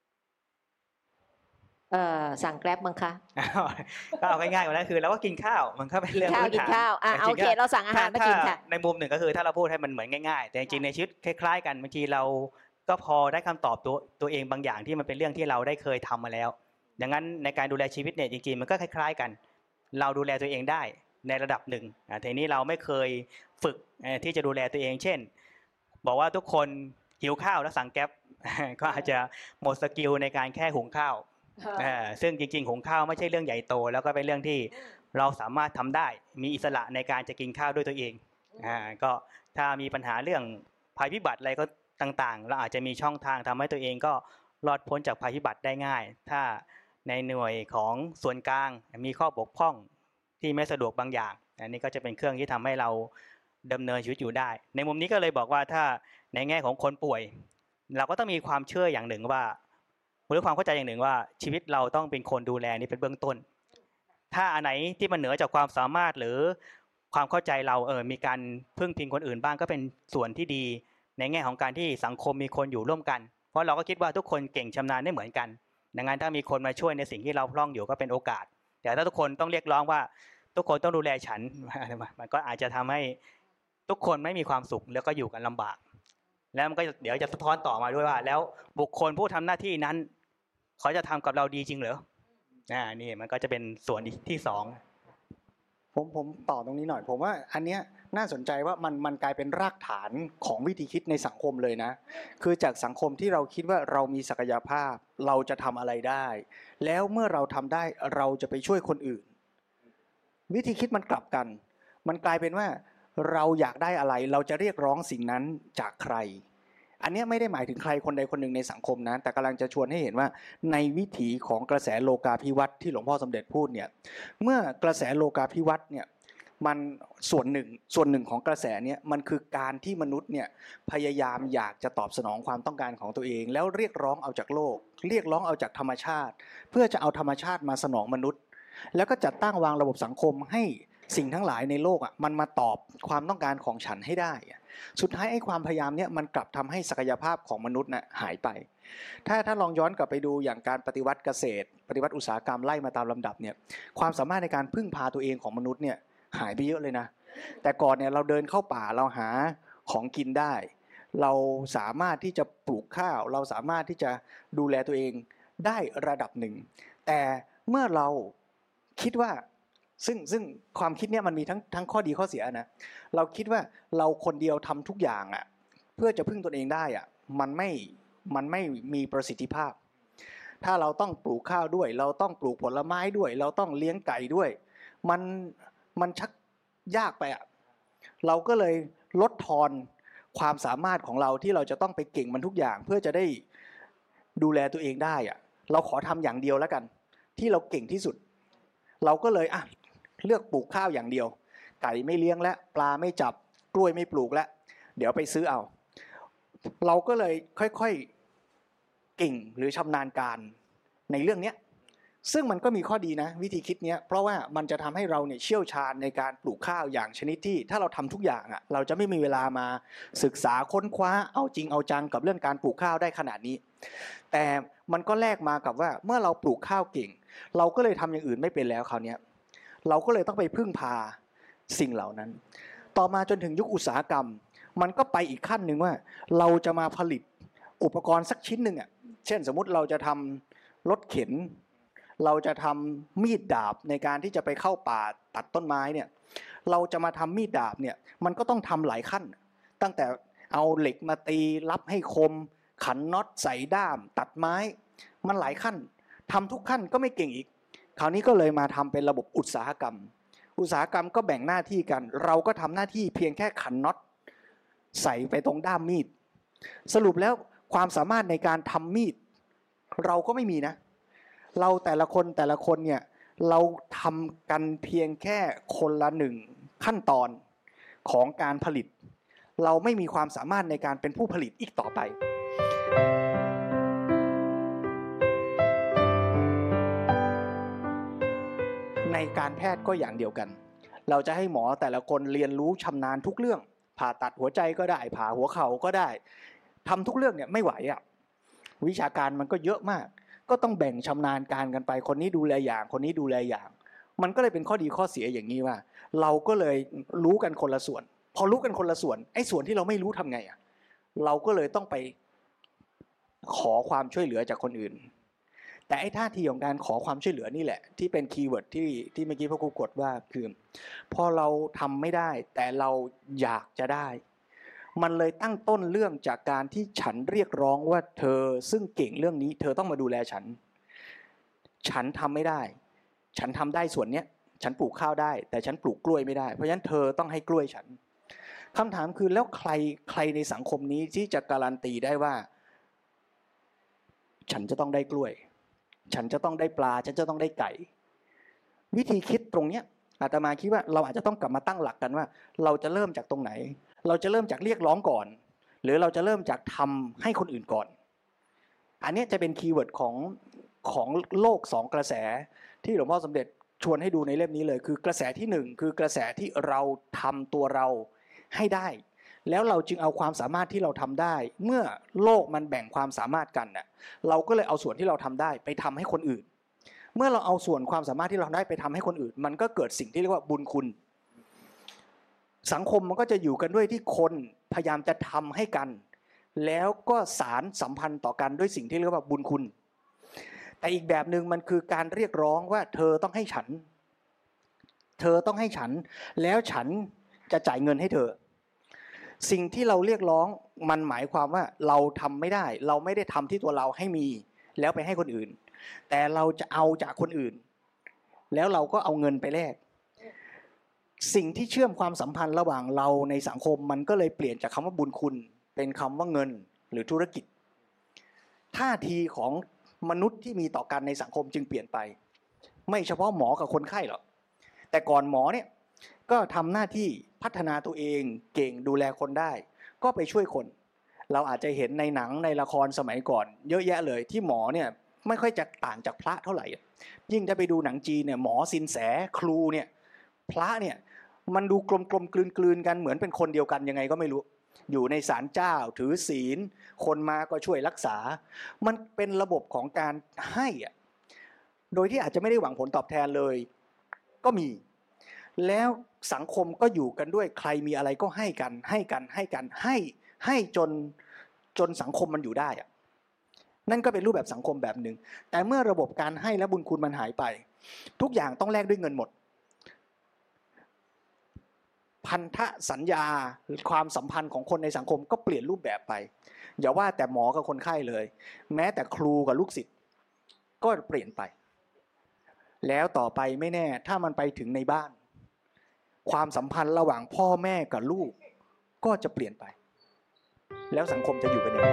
เอ่อสั่งแกร็บมั้งคะก็เอาง่ายๆกว่านั้นคือเราก็กินข้าวมันก็เป็นเรื่องพื้นฐานกินข้าวอ่ะโอเคเราสั่งอาหารมากินค่ะในมุมหนึ่งก็คือถ้าเราพูดให้มันเหมือนง่ายๆแต่จริงๆในชีวิตคล้ายๆกันบางทีเราก็พอได้คำตอบตัวตัวเองบางอย่างที่มันเป็นเรื่องที่เราได้เคยทำมาแล้วดังนั้นในการดูแลชีวิตเนี่ยจริงๆมันก็คล้ายๆกันเราดูแลตัวเองได้ในระดับหนึ่งทีนี้เราไม่เคยฝึกที่จะดูแลตัวเองเช่นบอกว่าทุกคนหิวข้าวแล้วสั่งแก๊ปก็อาจจะหมดสกิลในการแค่หุงข้าวซึ่งจริงๆหุงข้าวไม่ใช่เรื่องใหญ่โตแล้วก็เป็นเรื่องที่เราสามารถทำได้มีอิสระในการจะกินข้าวด้วยตัวเองก็ถ้ามีปัญหาเรื่องภัยพิบัติอะไรก็ต่างๆเราอาจจะมีช่องทางทำให้ตัวเองก็รอดพ้นจากภัยพิบัติได้ง่ายถ้าในหน่วยของส่วนกลางมีข้อบกพร่องที่ไม่สะดวกบางอย่างอันนี้ก็จะเป็นเครื่องที่ทำให้เราดำเนินชีวิตอยู่ได้ในมุมนี้ก็เลยบอกว่าถ้าในแง่ของคนป่วยเราก็ต้องมีความเชื่ออย่างหนึ่งว่าหรือความเข้าใจอย่างหนึ่งว่าชีวิตเราต้องเป็นคนดูแลนี่เป็นเบื้องต้นถ้าอันไหนที่มันเหนือจากความสามารถหรือความเข้าใจเราเออมีการพึ่งพิงคนอื่นบ้างก็เป็นส่วนที่ดีในแง่ของการที่สังคมมีคนอยู่ร่วมกันเพราะเราก็คิดว่าทุกคนเก่งชำนาญไม่เหมือนกันดังนั้นถ้ามีคนมาช่วยในสิ่งที่เราพร่องอยู่ก็เป็นโอกาสแต่ถ้าทุกคนต้องเรียกร้องว่าทุกคนต้องดูแลฉันมันก็อาจจะทำให้ทุกคนไม่มีความสุขแล้วก็อยู่กันลำบากแล้วมันก็เดี๋ยวจะสะท้อนต่อมาด้วยว่าแล้วบุคคลผู้ทำหน้าที่นั้นเขาจะทำกับเราดีจริงเหรออ่านี่มันก็จะเป็นส่วนที่สองผมผมต่อตรงนี้หน่อยผมว่าอันเนี้ยน่าสนใจว่ามันมันกลายเป็นรากฐานของวิธีคิดในสังคมเลยนะคือจากสังคมที่เราคิดว่าเรามีศักยภาพเราจะทำอะไรได้แล้วเมื่อเราทำได้เราจะไปช่วยคนอื่นวิธีคิดมันกลับกันมันกลายเป็นว่าเราอยากได้อะไรเราจะเรียกร้องสิ่งนั้นจากใครอันนี้ไม่ได้หมายถึงใครคนใดคนหนึ่งในสังคมนะแต่กำลังจะชวนให้เห็นว่าในวิถีของกระแสโลกาภิวัตน์ที่หลวงพ่อสมเด็จพูดเนี่ยเมื่อกระแสโลกาภิวัตน์เนี่ยมันส่วนหนึ่งส่วนหนึ่งของกระแสเนี่ยมันคือการที่มนุษย์เนี่ยพยายามอยากจะตอบสนองความต้องการของตัวเองแล้วเรียกร้องเอาจากโลกเรียกร้องเอาจากธรรมชาติเพื่อจะเอาธรรมชาติมาสนองมนุษย์แล้วก็จัดตั้งวางระบบสังคมให้สิ่งทั้งหลายในโลกอ่ะมันมาตอบความต้องการของฉันให้ได้สุดท้ายไอ้ความพยายามเนี่ยมันกลับทำให้ศักยภาพของมนุษย์น่ะหายไปถ้าถ้าลองย้อนกลับไปดูอย่างการปฏิวัติเกษตรปฏิวัติอุตสาหกรรมไล่มาตามลำดับเนี่ยความสามารถในการพึ่งพาตัวเองของมนุษย์เนี่ยหายไปเยอะเลยนะแต่ก่อนเนี่ยเราเดินเข้าป่าเราหาของกินได้เราสามารถที่จะปลูกข้าวเราสามารถที่จะดูแลตัวเองได้ระดับหนึ่งแต่เมื่อเราคิดว่าซึ่งซึ่งความคิดเนี้ยมันมีทั้งทั้งข้อดีข้อเสียนะเราคิดว่าเราคนเดียวทำทุกอย่างอ่ะเพื่อจะพึ่งตนเองได้อ่ะมันไม่มันไม่มีประสิทธิภาพถ้าเราต้องปลูกข้าวด้วยเราต้องปลูกผลไม้ด้วยเราต้องเลี้ยงไก่ด้วยมันมันชักยากไปอ่ะเราก็เลยลดทอนความสามารถของเราที่เราจะต้องไปเก่งมันทุกอย่างเพื่อจะได้ดูแลตัวเองได้อ่ะเราขอทำอย่างเดียวแล้วกันที่เราเก่งที่สุดเราก็เลยอ่ะเลือกปลูกข้าวอย่างเดียวไก่ไม่เลี้ยงแล้วปลาไม่จับกล้วยไม่ปลูกแล้วเดี๋ยวไปซื้อเอาเราก็เลยค่อยๆเก่งหรือชำนาญการในเรื่องนี้ซึ่งมันก็มีข้อดีนะวิธีคิดเนี้ยเพราะว่ามันจะทำให้เราเนี่ยเชี่ยวชาญในการปลูกข้าวอย่างชนิดที่ถ้าเราทำทุกอย่างอ่ะเราจะไม่มีเวลามาศึกษาค้นคว้าเอาจริงเอาจังกับเรื่องการปลูกข้าวได้ขนาดนี้แต่มันก็แลกมากับว่าเมื่อเราปลูกข้าวเก่งเราก็เลยทำอย่างอื่นไม่เป็นแล้วคราวนี้เราก็เลยต้องไปพึ่งพาสิ่งเหล่านั้นต่อมาจนถึงยุคอุตสาหกรรมมันก็ไปอีกขั้นหนึ่งว่าเราจะมาผลิตอุปกรณ์สักชิ้นหนึ่งอ่ะเช่นสมมุติเราจะทำรถเข็นเราจะทำมีดดาบในการที่จะไปเข้าป่าตัดต้นไม้เนี่ยเราจะมาทำมีดดาบเนี่ยมันก็ต้องทำหลายขั้นตั้งแต่เอาเหล็กมาตีรับให้คมขันน็อตใส่ด้ามตัดไม้มันหลายขั้นทำทุกขั้นก็ไม่เก่งอีกคราวนี้ก็เลยมาทำเป็นระบบอุตสาหกรรมอุตสาหกรรมก็แบ่งหน้าที่กันเราก็ทำหน้าที่เพียงแค่ขันน็อตใส่ไปตรงด้ามมีดสรุปแล้วความสามารถในการทำมีดเราก็ไม่มีนะเราแต่ละคนแต่ละคนเนี่ยเราทำกันเพียงแค่คนละหนึ่งขั้นตอนของการผลิตเราไม่มีความสามารถในการเป็นผู้ผลิตอีกต่อไปในการแพทย์ก็อย่างเดียวกันเราจะให้หมอแต่ละคนเรียนรู้ชำนาญทุกเรื่องผ่าตัดหัวใจก็ได้ผ่าหัวเข่าก็ได้ทำทุกเรื่องเนี่ยไม่ไหวอ่ะวิชาการมันก็เยอะมากก็ต้องแบ่งชำนาญการกันไปคนนี้ดูแลอย่างคนนี้ดูแลอย่างมันก็เลยเป็นข้อดีข้อเสียอย่างนี้ว่าเราก็เลยรู้กันคนละส่วนพอรู้กันคนละส่วนไอ้ส่วนที่เราไม่รู้ทำไงอ่ะเราก็เลยต้องไปขอความช่วยเหลือจากคนอื่นแต่ไอ้ท่าทีของการขอความช่วยเหลือนี่แหละที่เป็นคีย์เวิร์ดที่ที่เมื่อกี้พ่อครูกดว่าคือพอเราทำไม่ได้แต่เราอยากจะได้มันเลยตั้งต้นเรื่องจากการที่ฉันเรียกร้องว่าเธอซึ่งเก่งเรื่องนี้เธอต้องมาดูแลฉันฉันทำไม่ได้ฉันทำได้ส่วนเนี้ยฉันปลูกข้าวได้แต่ฉันปลูกกล้วยไม่ได้เพราะฉะนั้นเธอต้องให้กล้วยฉันคำถามคือแล้วใครใครในสังคมนี้ที่จะการันตีได้ว่าฉันจะต้องได้กล้วยฉันจะต้องได้ปลาฉันจะต้องได้ไก่วิธีคิดตรงเนี้ยอาตมาคิดว่าเราอาจจะต้องกลับมาตั้งหลักกันว่าเราจะเริ่มจากตรงไหนเราจะเริ่มจากเรียกร้องก่อนหรือเราจะเริ่มจากทำให้คนอื่นก่อนอันนี้จะเป็นคีย์เวิร์ดของของโลกสองกระแสที่หลวงพ่อสมเด็จชวนให้ดูในเล่มนี้เลยคือกระแสที่หนึ่งคือกระแสที่เราทำตัวเราให้ได้แล้วเราจึงเอาความสามารถที่เราทำได้เมื่อโลกมันแบ่งความสามารถกันน่ะเราก็เลยเอาส่วนที่เราทำได้ไปทำให้คนอื่นเมื่อเราเอาส่วนความสามารถที่เราได้ไปทำให้คนอื่นมันก็เกิดสิ่งที่เรียกว่าบุญคุณสังคมมันก็จะอยู่กันด้วยที่คนพยายามจะทำให้กันแล้วก็สารสัมพันธ์ต่อกันด้วยสิ่งที่เรียกว่าบุญคุณแต่อีกแบบนึงมันคือการเรียกร้องว่าเธอต้องให้ฉันเธอต้องให้ฉันแล้วฉันจะจ่ายเงินให้เธอสิ่งที่เราเรียกร้องมันหมายความว่าเราทำไม่ได้เราไม่ได้ทำที่ตัวเราให้มีแล้วไปให้คนอื่นแต่เราจะเอาจากคนอื่นแล้วเราก็เอาเงินไปแลกสิ่งที่เชื่อมความสัมพันธ์ระหว่างเราในสังคมมันก็เลยเปลี่ยนจากคำว่าบุญคุณเป็นคำว่าเงินหรือธุรกิจท่าทีของมนุษย์ที่มีต่อกันในสังคมจึงเปลี่ยนไปไม่เฉพาะหมอกับคนไข้หรอกแต่ก่อนหมอเนี่ยก็ทำหน้าที่พัฒนาตัวเองเก่งดูแลคนได้ก็ไปช่วยคนเราอาจจะเห็นในหนังในละครสมัยก่อนเยอะแยะเลยที่หมอเนี่ยไม่ค่อยจะต่างจากพระเท่าไหร่ยิ่งถ้าไปดูหนังจีนเนี่ยหมอซินแสครูเนี่ยพระเนี่ยมันดูกลมๆกลืนๆกันเหมือนเป็นคนเดียวกันยังไงก็ไม่รู้อยู่ในศาลเจ้าถือศีลคนมาก็ช่วยรักษามันเป็นระบบของการให้อะโดยที่อาจจะไม่ได้หวังผลตอบแทนเลยก็มีแล้วสังคมก็อยู่กันด้วยใครมีอะไรก็ให้กันให้กันให้กันให้ให้จนจนสังคมมันอยู่ได้อะนั่นก็เป็นรูปแบบสังคมแบบหนึ่งแต่เมื่อระบบการให้และบุญคุณมันหายไปทุกอย่างต้องแลกด้วยเงินหมดพันธสัญญาหรือความสัมพันธ์ของคนในสังคมก็เปลี่ยนรูปแบบไปอย่าว่าแต่หมอกับคนไข้เลยแม้แต่ครูกับลูกศิษย์ก็เปลี่ยนไปแล้วต่อไปไม่แน่ถ้ามันไปถึงในบ้านความสัมพันธ์ระหว่างพ่อแม่กับลูกก็จะเปลี่ยนไปแล้วสังคมจะอยู่กันยังไง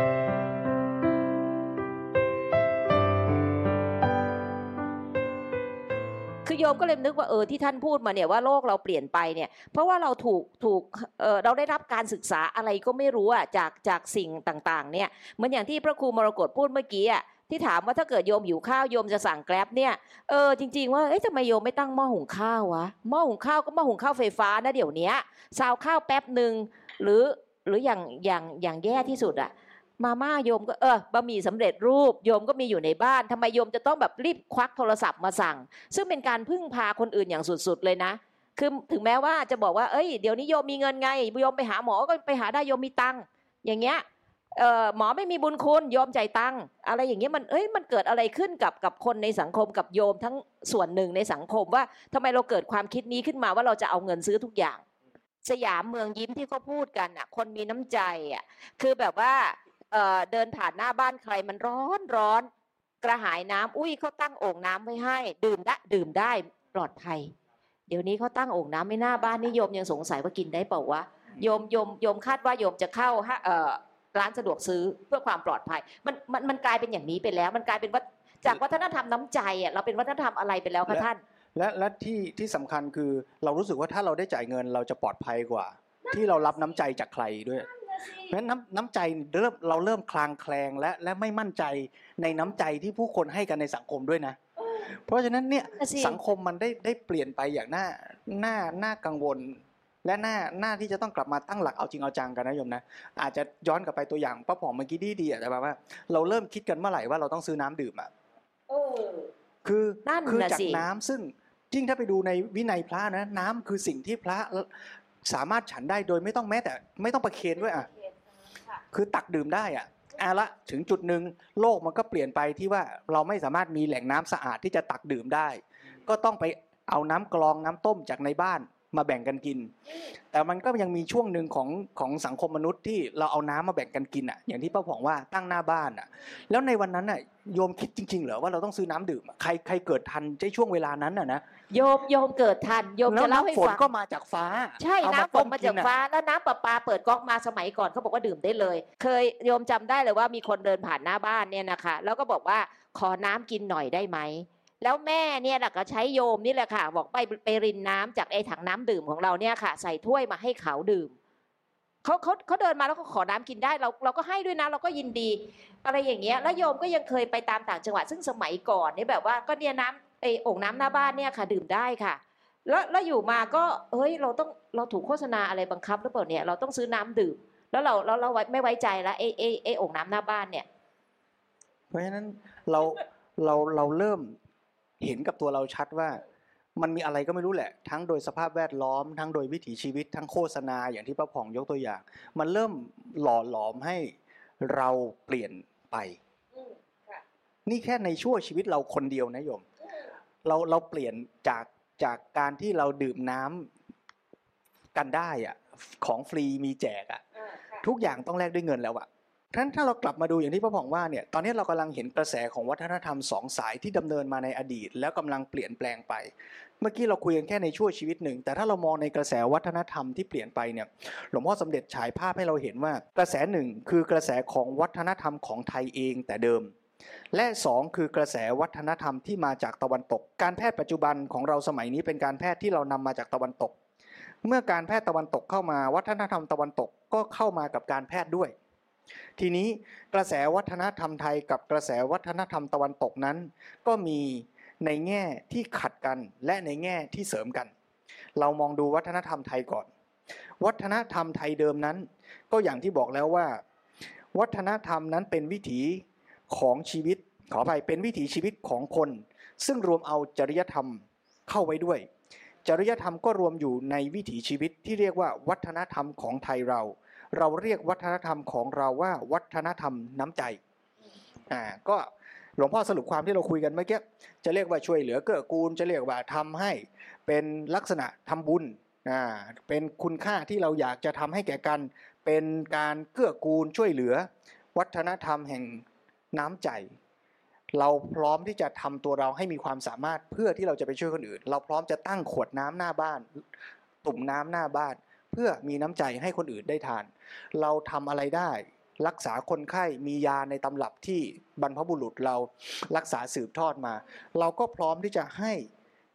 คือโยมก็เลยนึกว่าเออที่ท่านพูดมาเนี่ยว่าโลกเราเปลี่ยนไปเนี่ยเพราะว่าเราถูกถูกเออเราได้รับการศึกษาอะไรก็ไม่รู้อ่ะจากจากสิ่งต่างๆเนี่ยเหมือนอย่างที่พระครูมรกตพูดเมื่อกี้อ่ะที่ถามว่าถ้าเกิดโยมหิวข้าวโยมจะสั่งแกร็บเนี่ยเออจริงๆว่าเอ๊ะทำไมโยมไม่ตั้งหม้อหุงข้าววะหม้อหุงข้าวก็หม้อหุงข้าวไฟฟ้านะเดี๋ยวนี้ซาวข้าวแป๊บนึงหรือหรืออย่างอย่างอย่างแย่ที่สุดอ่ะมาม่าโยมก็เออบะหมี่สำเร็จรูปโยมก็มีอยู่ในบ้านทำไมโยมจะต้องแบบรีบควักโทรศัพท์มาสั่งซึ่งเป็นการพึ่งพาคนอื่นอย่างสุดๆเลยนะคือถึงแม้ว่าจะบอกว่าเอ้ยเดี๋ยวนี้โยมมีเงินไงโยมไปหาหมอก็ไปหาได้โยมมีตังค์อย่างเงี้ยเอ่อหมอไม่มีบุญคุณโยมจ่ายตังค์อะไรอย่างเงี้ยมันเอ้ยมันเกิดอะไรขึ้นกับกับคนในสังคมกับโยมทั้งส่วนหนึ่งในสังคมว่าทำไมเราเกิดความคิดนี้ขึ้นมาว่าเราจะเอาเงินซื้อทุกอย่างสยามเมืองยิ้มที่เขาพูดกันอ่ะคนมีน้ำใจอ่ะคือแบบว่าเอ่อเดินผ่านหน้าบ้านใครมันร้อนร้อนกระหายน้ำอุ้ยเขาตั้งโอ่งน้ำไว้ให้ดื่มได้ดื่มได้ปลอดภัยเดี๋ยวนี้เขาตั้งโอ่งน้ำไม่หน้าบ้านนี่โยมยังสงสัยว่ากินได้เปล่าวะโยมโยมโยมคาดว่าโยมจะเข้าเอ่อร้านสะดวกซื้อเพื่อความปลอดภัยมันมันมันกลายเป็นอย่างนี้ไปแล้วมันกลายเป็นว่าจากวัฒนธรรมน้ำใจอ่ะเราเป็นวัฒนธรรมอะไรไปแล้วคะท่านและและที่ที่สำคัญคือเรารู้สึกว่าถ้าเราได้จ่ายเงินเราจะปลอดภัยกว่าที่เรารับน้ำใจจากใครด้วยเพราะฉะนั้นน้ำน้ำใจเริ่มเราเริ่มคลางแคลงและและไม่มั่นใจในน้ำใจที่ผู้คนให้กันในสังคมด้วยนะเพราะฉะนั้นเนี่ยสังคมมันได้ได้เปลี่ยนไปอย่างน่าน่าน่ากังวลและหน้าหน้าที่จะต้องกลับมาตั้งหลักเอาจริงเอาจังกันนะโยมนะอาจจะย้อนกลับไปตัวอย่างป้าผอมเมื่อกี้ดีดีแต่แบบว่าเราเริ่มคิดกันเมื่อไหร่ว่าเราต้องซื้อน้ำดื่มอ่ะคือคือจากน้ำซึ่งจริงถ้าไปดูในวินัยพระนะน้ำคือสิ่งที่พระสามารถฉันได้โดยไม่ต้องแม้แต่ไม่ต้องประเคนด้วยอ่ะคือตักดื่มได้อ่ะอ่ะละถึงจุดหนึ่งโลกมันก็เปลี่ยนไปที่ว่าเราไม่สามารถมีแหล่งน้ำสะอาดที่จะตักดื่มได้ก็ต้องไปเอาน้ำกรองน้ำต้มจากในบ้านมาแบ่งกันกินแต่มันก็ยังมีช่วงหนึ่งของของสังคมมนุษย์ที่เราเอาน้ำมาแบ่งกันกินอ่ะอย่างที่ป้าผ่องว่าตั้งหน้าบ้านอ่ะแล้วในวันนั้นอ่ะโยมคิดจริงๆเหรอว่าเราต้องซื้อน้ำดื่มใครใครเกิดทันในช่วงเวลานั้นอ่ะนะโยมโยมเกิดทันโยมจะเล่าให้ฟังฝนก็มาจากฟ้าใช่น้ำฝนมาจากฟ้าแล้วน้ำประปาเปิดก๊อกมาสมัยก่อนเขาบอกว่าดื่มได้เลยเคยโยมจำได้เลยว่ามีคนเดินผ่านหน้าบ้านเนี่ยนะคะแล้วก็บอกว่าขอน้ำกินหน่อยได้ไหมแล้วแม่เนี่ยแหละก็ใช้โยมนี่แหละค่ะบอกไปไปรินน้ำจากไอ้ถังน้ำดื่มของเราเนี่ยค่ะใส่ถ้วยมาให้เขาดื่มเขาเขาเขาเดินมาแล้วก็ขอน้ำกินได้เราเราก็ให้ด้วยนะเราก็ยินดีอะไรอย่างเงี้ยแล้วโยมก็ยังเคยไปตามต่างจังหวัดซึ่งสมัยก่อนเนี่ยแบบว่าก็เนี่ยน้ำไอ้โอ่งน้ำหน้าบ้านเนี่ยค่ะดื่มได้ค่ะแล้วแล้วอยู่มาก็เฮ้ยเราต้องเราถูกโฆษณาอะไรบังคับหรือเปล่าเนี่ยเราต้องซื้อน้ำดื่มแล้วเราเราเราไม่ไว้ใจแล้วไอ้ไอ้ไอ้โอ่งน้ำหน้าบ้านเนี่ยเพราะฉะนั้นเราเราเราเริ่มเห็นกับตัวเราชัดว่ามันมีอะไรก็ไม่รู้แหละทั้งโดยสภาพแวดล้อมทั้งโดยวิถีชีวิตทั้งโฆษณาอย่างที่ป้าผ่องยกตัวอย่างมันเริ่มหล่อหลอมให้เราเปลี่ยนไปนี่แค่ในชั่วชีวิตเราคนเดียวนะโยมเราเราเปลี่ยนจากจากการที่เราดื่มน้ำกันได้อะของฟรีมีแจกอะทุกอย่างต้องแลกด้วยเงินแล้วอะท่านถ้าเรากลับมาดูอย่างที่ป้าผ่องว่าเนี่ยตอนนี้เรากำลังเห็นกระแสของวัฒนธรรมสองสายที่ดำเนินมาในอดีตแล้วกำลังเปลี่ยนแปลงไปเมื่อกี้เราคุยกันแค่ในชั่วชีวิตหนึ่งแต่ถ้าเรามองในกระแสวัฒนธรรมที่เปลี่ยนไปเนี่ยหลวงพ่อสมเด็จฉายภาพให้เราเห็นว่ากระแสหนึ่งคือกระแสของวัฒนธรรมของไทยเองแต่เดิมและสองคือกระแสวัฒนธรรมที่มาจากตะวันตกการแพทย์ปัจจุบันของเราสมัยนี้เป็นการแพทย์ที่เรานำมาจากตะวันตกเมื่อการแพทย์ตะวันตกเข้ามาวัฒนธรรมตะวันตกก็เข้ามากับการแพทย์ด้วยทีนี้กระแสวัฒนธรรมไทยกับกระแสวัฒนธรรมตะวันตกนั้นก็มีในแง่ที่ขัดกันและในแง่ที่เสริมกันเรามองดูวัฒนธรรมไทยก่อนวัฒนธรรมไทยเดิมนั้นก็อย่างที่บอกแล้วว่าวัฒนธรรมนั้นเป็นวิถีของชีวิตขออภัยเป็นวิถีชีวิตของคนซึ่งรวมเอาจริยธรรมเข้าไว้ด้วยจริยธรรมก็รวมอยู่ในวิถีชีวิตที่เรียกว่าวัฒนธรรมของไทยเราเราเรียกวัฒนธรรมของเราว่าวัฒนธรรมน้ำใจอ่าก็หลวงพ่อสรุปความที่เราคุยกันเมื่อกี้จะเรียกว่าช่วยเหลือเกื้อกูลจะเรียกว่าทำให้เป็นลักษณะทำบุญอ่าเป็นคุณค่าที่เราอยากจะทำให้แก่กันเป็นการเกื้อกูลช่วยเหลือวัฒนธรรมแห่งน้ำใจเราพร้อมที่จะทำตัวเราให้มีความสามารถเพื่อที่เราจะไปช่วยคนอื่นเราพร้อมจะตั้งขวดน้ำหน้าบ้านตุ่มน้ำหน้าบ้านเพื่อมีน้ำใจให้คนอื่นได้ทานเราทำอะไรได้รักษาคนไข้มียาในตำรับที่บรรพบุรุษเรารักษาสืบทอดมาเราก็พร้อมที่จะให้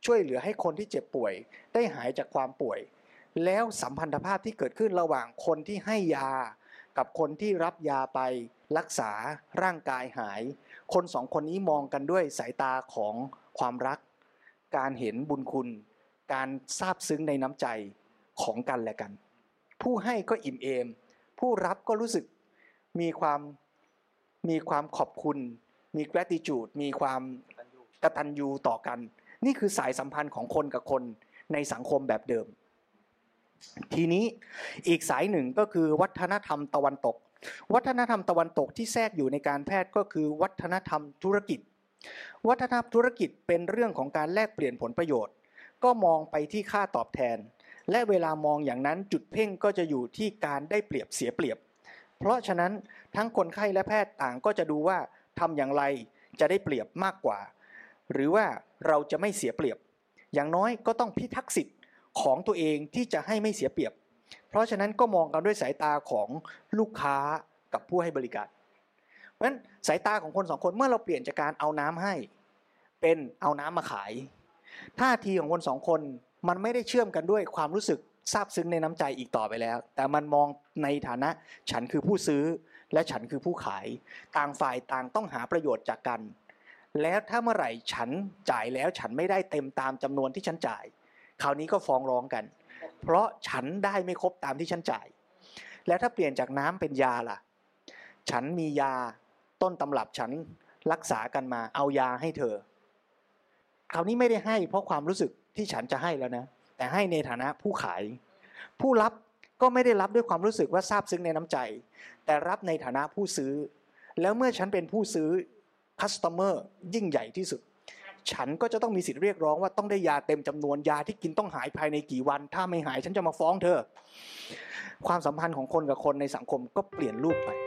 ช่วยเหลือให้คนที่เจ็บป่วยได้หายจากความป่วยแล้วสัมพันธภาพที่เกิดขึ้นระหว่างคนที่ให้ยากับคนที่รับยาไปรักษาร่างกายหายคนสองคนนี้มองกันด้วยสายตาของความรักการเห็นบุญคุณการซาบซึ้งในน้ำใจของกันและกันผู้ให้ก็อิ่มเอมผู้รับก็รู้สึกมีความมีความขอบคุณมี gratitude มีความกตัญญูต่อกันนี่คือสายสัมพันธ์ของคนกับคนในสังคมแบบเดิมทีนี้อีกสายหนึ่งก็คือวัฒนธรรมตะวันตกวัฒนธรรมตะวันตกที่แทรกอยู่ในการแพทย์ก็คือวัฒนธรรมธุรกิจวัฒนธรรมธุรกิจเป็นเรื่องของการแลกเปลี่ยนผลประโยชน์ก็มองไปที่ค่าตอบแทนและเวลามองอย่างนั้นจุดเพ่งก็จะอยู่ที่การได้เปรียบเสียเปรียบเพราะฉะนั้นทั้งคนไข้และแพทย์ต่างก็จะดูว่าทำอย่างไรจะได้เปรียบมากกว่าหรือว่าเราจะไม่เสียเปรียบอย่างน้อยก็ต้องพิทักษ์สิทธิ์ของตัวเองที่จะให้ไม่เสียเปรียบเพราะฉะนั้นก็มองกันด้วยสายตาของลูกค้ากับผู้ให้บริการเพราะฉะนั้นสายตาของคนสองคนเมื่อเราเปลี่ยนจากการเอาน้ำให้เป็นเอาน้ำมาขายท่าทีของคนสองคนมันไม่ได้เชื่อมกันด้วยความรู้สึกซาบซึ้งในน้ำใจอีกต่อไปแล้วแต่มันมองในฐานะฉันคือผู้ซื้อและฉันคือผู้ขายต่างฝ่ายต่างต้องหาประโยชน์จากกันแล้วถ้าเมื่อไหร่ฉันจ่ายแล้วฉันไม่ได้เต็มตามจำนวนที่ฉันจ่ายคราวนี้ก็ฟ้องร้องกันเพราะฉันได้ไม่ครบตามที่ฉันจ่ายแล้วถ้าเปลี่ยนจากน้ำเป็นยาล่ะฉันมียาต้นตำรับฉันรักษากันมาเอายาให้เธอคราวนี้ไม่ได้ให้เพราะความรู้สึกที่ฉันจะให้แล้วนะแต่ให้ในฐานะผู้ขายผู้รับก็ไม่ได้รับด้วยความรู้สึกว่าซาบซึ้งในน้ำใจแต่รับในฐานะผู้ซื้อแล้วเมื่อฉันเป็นผู้ซื้อคัสตอมเมอร์ยิ่งใหญ่ที่สุดฉันก็จะต้องมีสิทธิ์เรียกร้องว่าต้องได้ยาเต็มจำนวนยาที่กินต้องหายภายในกี่วันถ้าไม่หายฉันจะมาฟ้องเธอความสัมพันธ์ของคนกับคนในสังคมก็เปลี่ยนรูปไป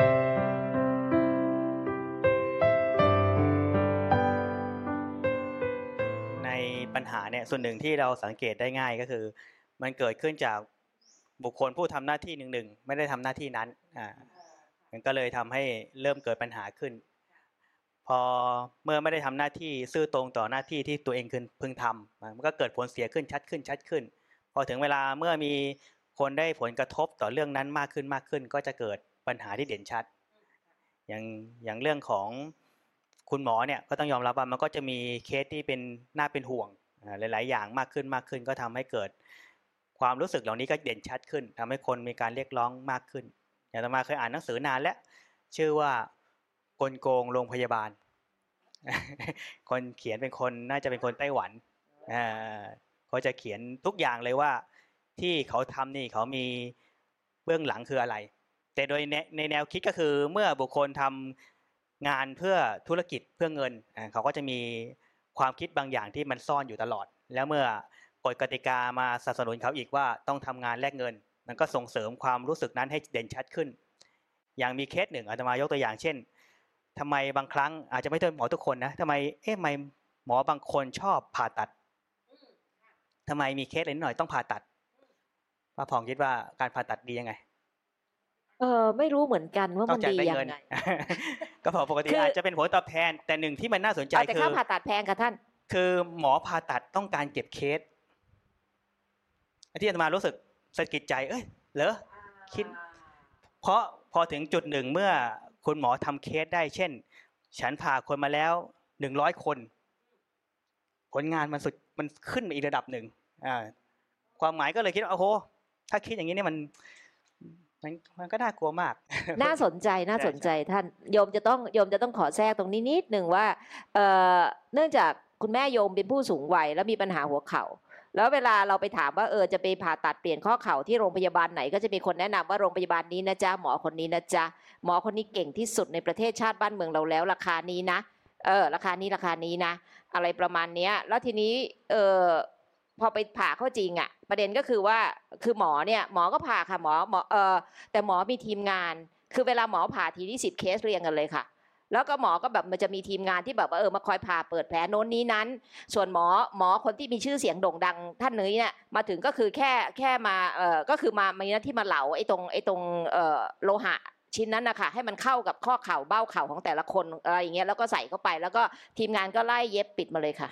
ในปัญหาเนี่ยส่วนหนึ่งที่เราสังเกตได้ง่ายก็คือมันเกิดขึ้นจากบุคคลผู้ทำหน้าที่หนึ่งๆไม่ได้ทำหน้าที่นั้นอ่ามันก็เลยทำให้เริ่มเกิดปัญหาขึ้นพอเมื่อไม่ได้ทำหน้าที่ซื่อตรงต่อหน้าที่ที่ตัวเองพึงทำมันก็เกิดผลเสียขึ้นชัดขึ้นชัดขึ้นพอถึงเวลาเมื่อมีคนได้ผลกระทบต่อเรื่องนั้นมากขึ้นมากขึ้นก็จะเกิดปัญหาที่เด่นชัดอย่างอย่างเรื่องของคุณหมอเนี่ยก็ต้องยอมรับว่ามันก็จะมีเคสที่เป็นน่าเป็นห่วงหลายๆอย่างมากขึ้นมากขึ้นก็ทำให้เกิดความรู้สึกเหล่านี้ก็เด่นชัดขึ้นทำให้คนมีการเรียกร้องมากขึ้นอย่างอาตมาเคยอ่านหนังสือนานแล้วชื่อว่ากลโกงโรงพยาบาลคนเขียนเป็นคนน่าจะเป็นคนไต้หวันอ่าเขาจะเขียนทุกอย่างเลยว่าที่เขาทำนี่เขามีเบื้องหลังคืออะไรแต่โดยในแนวคิดก็คือเมื่อบุคคลทำงานเพื่อธุรกิจเพื่อเงินเขาก็จะมีความคิดบางอย่างที่มันซ่อนอยู่ตลอดแล้วเมื่อกฎกติกามาสนับสนุนเขาอีกว่าต้องทำงานแลกเงินมันก็ส่งเสริมความรู้สึกนั้นให้เด่นชัดขึ้นอย่างมีเคสหนึ่งอาตมายกตัวอย่างเช่นทำไมบางครั้งอาจจะไม่ใช่หมอทุกคนนะทำไมเอ๊ะทำไมหมอบางคนชอบผ่าตัดทำไมมีเคสอะไรนิดหน่อยต้องผ่าตัดป้าผ่องคิดว่าการผ่าตัดดียังไงเออไม่รู้เหมือนกันว่ามันดียังไงก็พอปกติอาจจะเป็นผลตอบแทนแต่หนึ่งที่มันน่าสนใจคือแต่ค่าผ่าตัดแพงค่ะท่านคือหมอผ่าตัดต้องการเก็บเคสที่อาตมารู้สึกสะกิดใจเอ้ยเหรอคิดเพราะพอถึงจุดหนึ่งเมื่อคุณหมอทำเคสได้เช่นฉันผ่าคนมาแล้วหนึ่งร้อยคนผลงานมันสุดมันขึ้นไปอีกระดับหนึ่งอ่าความหมายก็เลยคิดว่าโอ้โหถ้าคิดอย่างนี้เนี่ยมันมันมันก็น่ากลัวมากน่าสนใจน่าสนใจท่านโยมจะต้องโยมจะต้องขอแทรกตรงนี้นิดหนึ่งว่าเอ่อเนื่องจากคุณแม่โยมเป็นผู้สูงวัยแล้วมีปัญหาหัวเข่าแล้วเวลาเราไปถามว่าเออจะไปผ่าตัดเปลี่ยนข้อเข่าที่โรงพยาบาลไหนก็จะมีคนแนะนำว่าโรงพยาบาลนี้นะจ๊ะหมอคนนี้นะจ๊ะหมอคนนี้เก่งที่สุดในประเทศชาติบ้านเมืองเราแล้วราคานี้นะเออราคานี้ราคานี้นะอะไรประมาณนี้แล้วทีนี้เออพอไปผ่าเข้าจริงอ่ะประเด็นก็คือว่าคือหมอเนี่ยหมอก็ผ่าค่ะหมอหมอเออแต่หมอมีทีมงานคือเวลาหมอผ่าทีที่สิบเคสเรียงกันเลยค่ะแล้วก็หมอก็แบบมันจะมีทีมงานที่แบบว่าเออมาคอยผ่าเปิดแผลโน้นนี้นั้นส่วนหมอหมอคนที่มีชื่อเสียงโด่งดังท่านนี้เนี่ยมาถึงก็คือแค่แค่มาเออก็คือมามีหน้าที่มาเหลาไอ้ตรงไอ้ตรงเออโลหะชิ้นนั้นนะคะให้มันเข้ากับข้อเข่าเบ้าเข่าของแต่ละคนอะไรอย่างเงี้ยแล้วก็ใส่เข้าไปแล้วก็ทีมงานก็ไล่เย็บปิดมาเลยค่ะ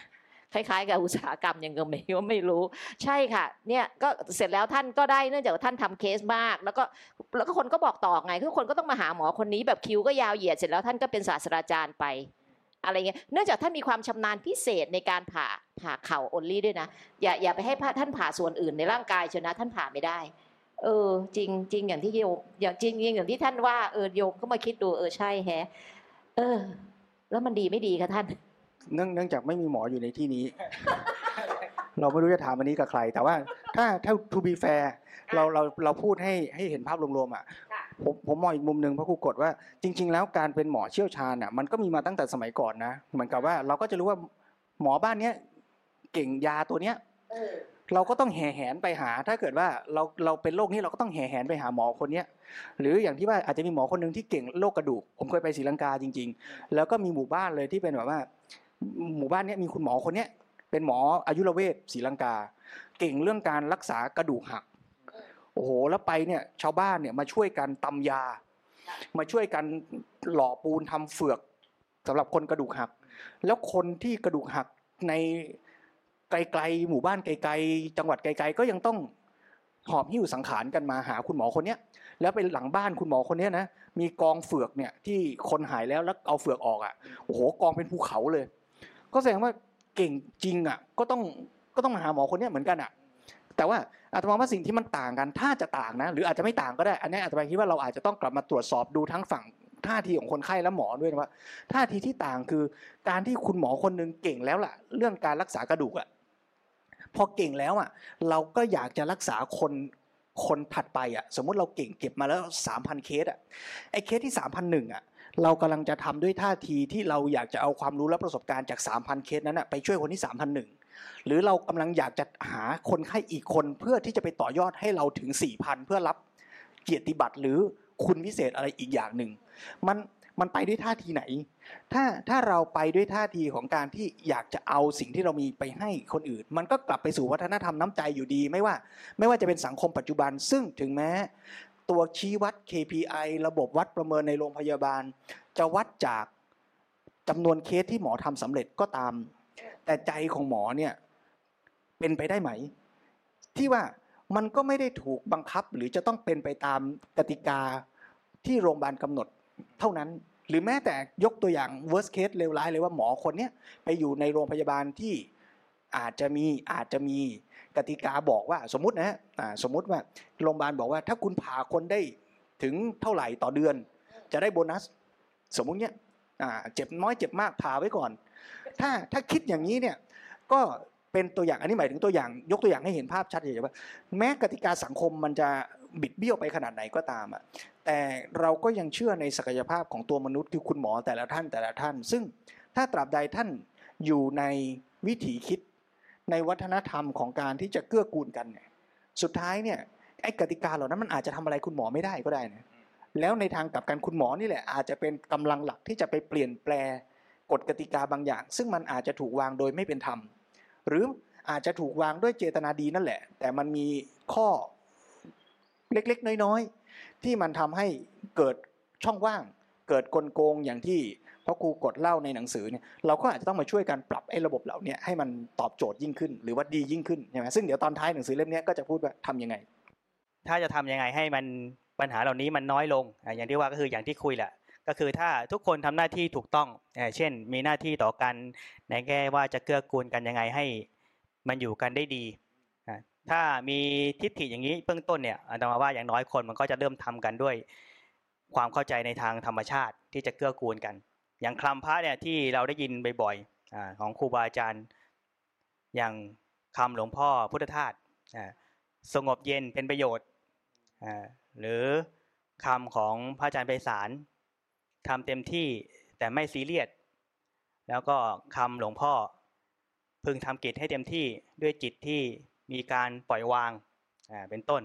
คล้ายๆกับอุตสาหกรรมยังไงก็ไม่รู้ใช่ค่ะเนี่ยก็เสร็จแล้วท่านก็ได้เนื่องจากท่านทำเคสมากแล้วก็แล้วก็คนก็บอกต่อไงคือคนก็ต้องมาหาหมอคนนี้แบบคิวก็ยาวเหยียดเสร็จแล้วท่านก็เป็นศาสตราจารย์ไปอะไรเงี้ยเนื่องจากท่านมีความชำนาญพิเศษในการผ่าผ่าเข่า only ด้วยนะอย่าอย่าไปให้ท่านผ่าส่วนอื่นในร่างกายเชียวนะท่านผ่าไม่ได้เออจริงจริงอย่างที่โยมอย่างจริงจริงอย่างที่ท่านว่าเออโยมก็มาคิดดูเออใช่แฮะเออแล้วมันดีไม่ดีคะท่านเนื่องเนื่องจากไม่มีหมออยู่ในที่นี้ เราไม่รู้จะถามอันนี้กับใครแต่ว่าถ้าถ้า to be fair เราเราเราพูดให้ให้เห็นภาพรวมๆอ่ะผมผมมองอีกมุมนึงเพราะครูกฎว่าจริงๆแล้วการเป็นหมอเชี่ยวชาญอ่ะมันก็มีมาตั้งแต่สมัยก่อนนะเหมือนกับว่าเราก็จะรู้ว่าหมอบ้านเนี้ยเก่งยาตัวเนี้ยเราก็ต้องแห่แหนไปหาถ้าเกิดว่าเราเราเป็นโรคนี้เราก็ต้องแห่แหนไปหาหมอคนเนี้ยหรืออย่างที่ว่าอาจจะมีหมอคนนึงที่เก่งโรคกระดูกผมเคยไปศรีลังกาจริงๆแล้วก็มีหมู่บ้านเลยที่เป็นแบบว่าหมู่บ้านเนี้ยมีคุณหมอคนเนี้ยเป็นหมออายุรเวชศรีลังกาเก่งเรื่องการรักษากระดูกหักโอ้โหแล้วไปเนี่ยชาวบ้านเนี่ยมาช่วยกันตำยามาช่วยกันหล่อปูนทำเฟือกสำหรับคนกระดูกหักแล้วคนที่กระดูกหักในไกลๆหมู่บ้านไกลๆจังหวัดไกลๆก็ยังต้องหอบหิ้วสังขารกันมาหาคุณหมอคนเนี้ยแล้วไปหลังบ้านคุณหมอคนเนี้ยนะมีกองเฟือกเนี่ยที่คนหายแล้วแล้วเอาเฟือกออกอ่ะโอ้โหกองเป็นภูเขาเลยก็แสดงว่าเก่งจริงอ่ะก็ต้องก็ต้องมาหาหมอคนนี้เหมือนกันอ่ะแต่ว่าอาตมาว่าสิ่งที่มันต่างกันถ้าจะต่างนะหรืออาจจะไม่ต่างก็ได้อันนี้อาตมาคิดว่าเราอาจจะต้องกลับมาตรวจสอบดูทั้งฝั่งท่าทีของคนไข้และหมอด้วยนะว่าท่าทีที่ต่างคือการที่คุณหมอคนนึงเก่งแล้วล่ะเรื่องการรักษากระดูกอ่ะพอเก่งแล้วอ่ะเราก็อยากจะรักษาคนคนถัดไปอ่ะสมมุติเราเก่งเก็บมาแล้ว สามพัน เคสอ่ะไอ้เคสที่ สามพันหนึ่ง อ่ะเรากำลังจะทำด้วยท่าทีที่เราอยากจะเอาความรู้และประสบการณ์จาก สามพัน เคสนั้นน่ะไปช่วยคนที่ สามพันหนึ่ง หรือเรากำลังอยากจะหาคนไข้อีกคนเพื่อที่จะไปต่อยอดให้เราถึง สี่พัน เพื่อรับเกียรติบัตรหรือคุณวิเศษอะไรอีกอย่างหนึ่งมันมันไปด้วยท่าทีไหนถ้าถ้าเราไปด้วยท่าทีของการที่อยากจะเอาสิ่งที่เรามีไปให้คนอื่นมันก็กลับไปสู่วัฒนธรรมน้ำใจอยู่ดีไม่ว่าไม่ว่าจะเป็นสังคมปัจจุบันซึ่งถึงแม้ตัวชี้วัด เค พี ไอ ระบบวัดประเมินในโรงพยาบาลจะวัดจากจำนวนเคสที่หมอทำสำเร็จก็ตามแต่ใจของหมอเนี่ยเป็นไปได้ไหมที่ว่ามันก็ไม่ได้ถูกบังคับหรือจะต้องเป็นไปตามกติกาที่โรงพยาบาลกำหนดเท่านั้นหรือแม้แต่ยกตัวอย่าง worst case เลวร้ายเลยว่าหมอคนเนี้ยไปอยู่ในโรงพยาบาลที่อาจจะมีอาจจะมีกติกาบอกว่าสมมุตินะอ่าสมมุติว่าโรงพยาบาลบอกว่าถ้าคุณผ่าคนได้ถึงเท่าไหร่ต่อเดือนจะได้โบนัสสมมุติเนี้ยอ่าเจ็บน้อยเจ็บมากผ่าไว้ก่อนถ้าถ้าคิดอย่างนี้เนี่ยก็เป็นตัวอย่างอันนี้หมายถึงตัวอย่างยกตัวอย่างให้เห็นภาพชัดเลยว่าแม้กติกาสังคมมันจะบิดเบี้ยวไปขนาดไหนก็ตามอ่ะแต่เราก็ยังเชื่อในศักยภาพของตัวมนุษย์คือคุณหมอแต่ละท่านแต่ละท่านซึ่งถ้าตราบใดท่านอยู่ในวิถีคิดในวัฒนธรรมของการที่จะเกื้อกูลกันเนี่ยสุดท้ายเนี่ยไอ้กติกาเหล่านั้นมันอาจจะทำอะไรคุณหมอไม่ได้ก็ได้นะแล้วในทางกลับกันคุณหมอนี่แหละอาจจะเป็นกำลังหลักที่จะไปเปลี่ยนแปลงกฎกติกาบางอย่างซึ่งมันอาจจะถูกวางโดยไม่เป็นธรรมหรืออาจจะถูกวางด้วยเจตนาดีนั่นแหละแต่มันมีข้อเล็กๆน้อยๆที่มันทำให้เกิดช่องว่างเกิดกลโกงอย่างที่พระครูกฎเล่าในหนังสือเนี่ยเราก็อาจจะต้องมาช่วยกันปรับไอ้ระบบเหล่านี้ให้มันตอบโจทย์ยิ่งขึ้นหรือว่าดียิ่งขึ้นใช่ไหมซึ่งเดี๋ยวตอนท้ายหนังสือเล่มนี้ก็จะพูดว่าทำยังไงถ้าจะทำยังไงให้มันปัญหาเหล่านี้มันน้อยลงอย่างที่ว่าก็คืออย่างที่คุยแหละก็คือถ้าทุกคนทำหน้าที่ถูกต้องเช่นมีหน้าที่ต่อกันในแง่ว่าจะเกื้อกูลกันยังไงให้มันอยู่กันได้ดีถ้ามีทิฏฐิอย่างนี้เบื้องต้นเนี่ยอาตมาว่าอย่างน้อยคนมันก็จะเริ่มทำกันด้วยความเข้าใจในทางธรรมชาติที่จะเกื้อกูลกันอย่างคำพระเนี่ยที่เราได้ยินบ่อยๆของครูบาอาจารย์อย่างคำหลวงพ่อพุทธทาสสงบเย็นเป็นประโยชน์หรือคำของพระอาจารย์ไพศาลทำเต็มที่แต่ไม่ซีเรียสแล้วก็คำหลวงพ่อพึงทำกิจให้เต็มที่ด้วยจิตที่มีการปล่อยวางอ่าเป็นต้น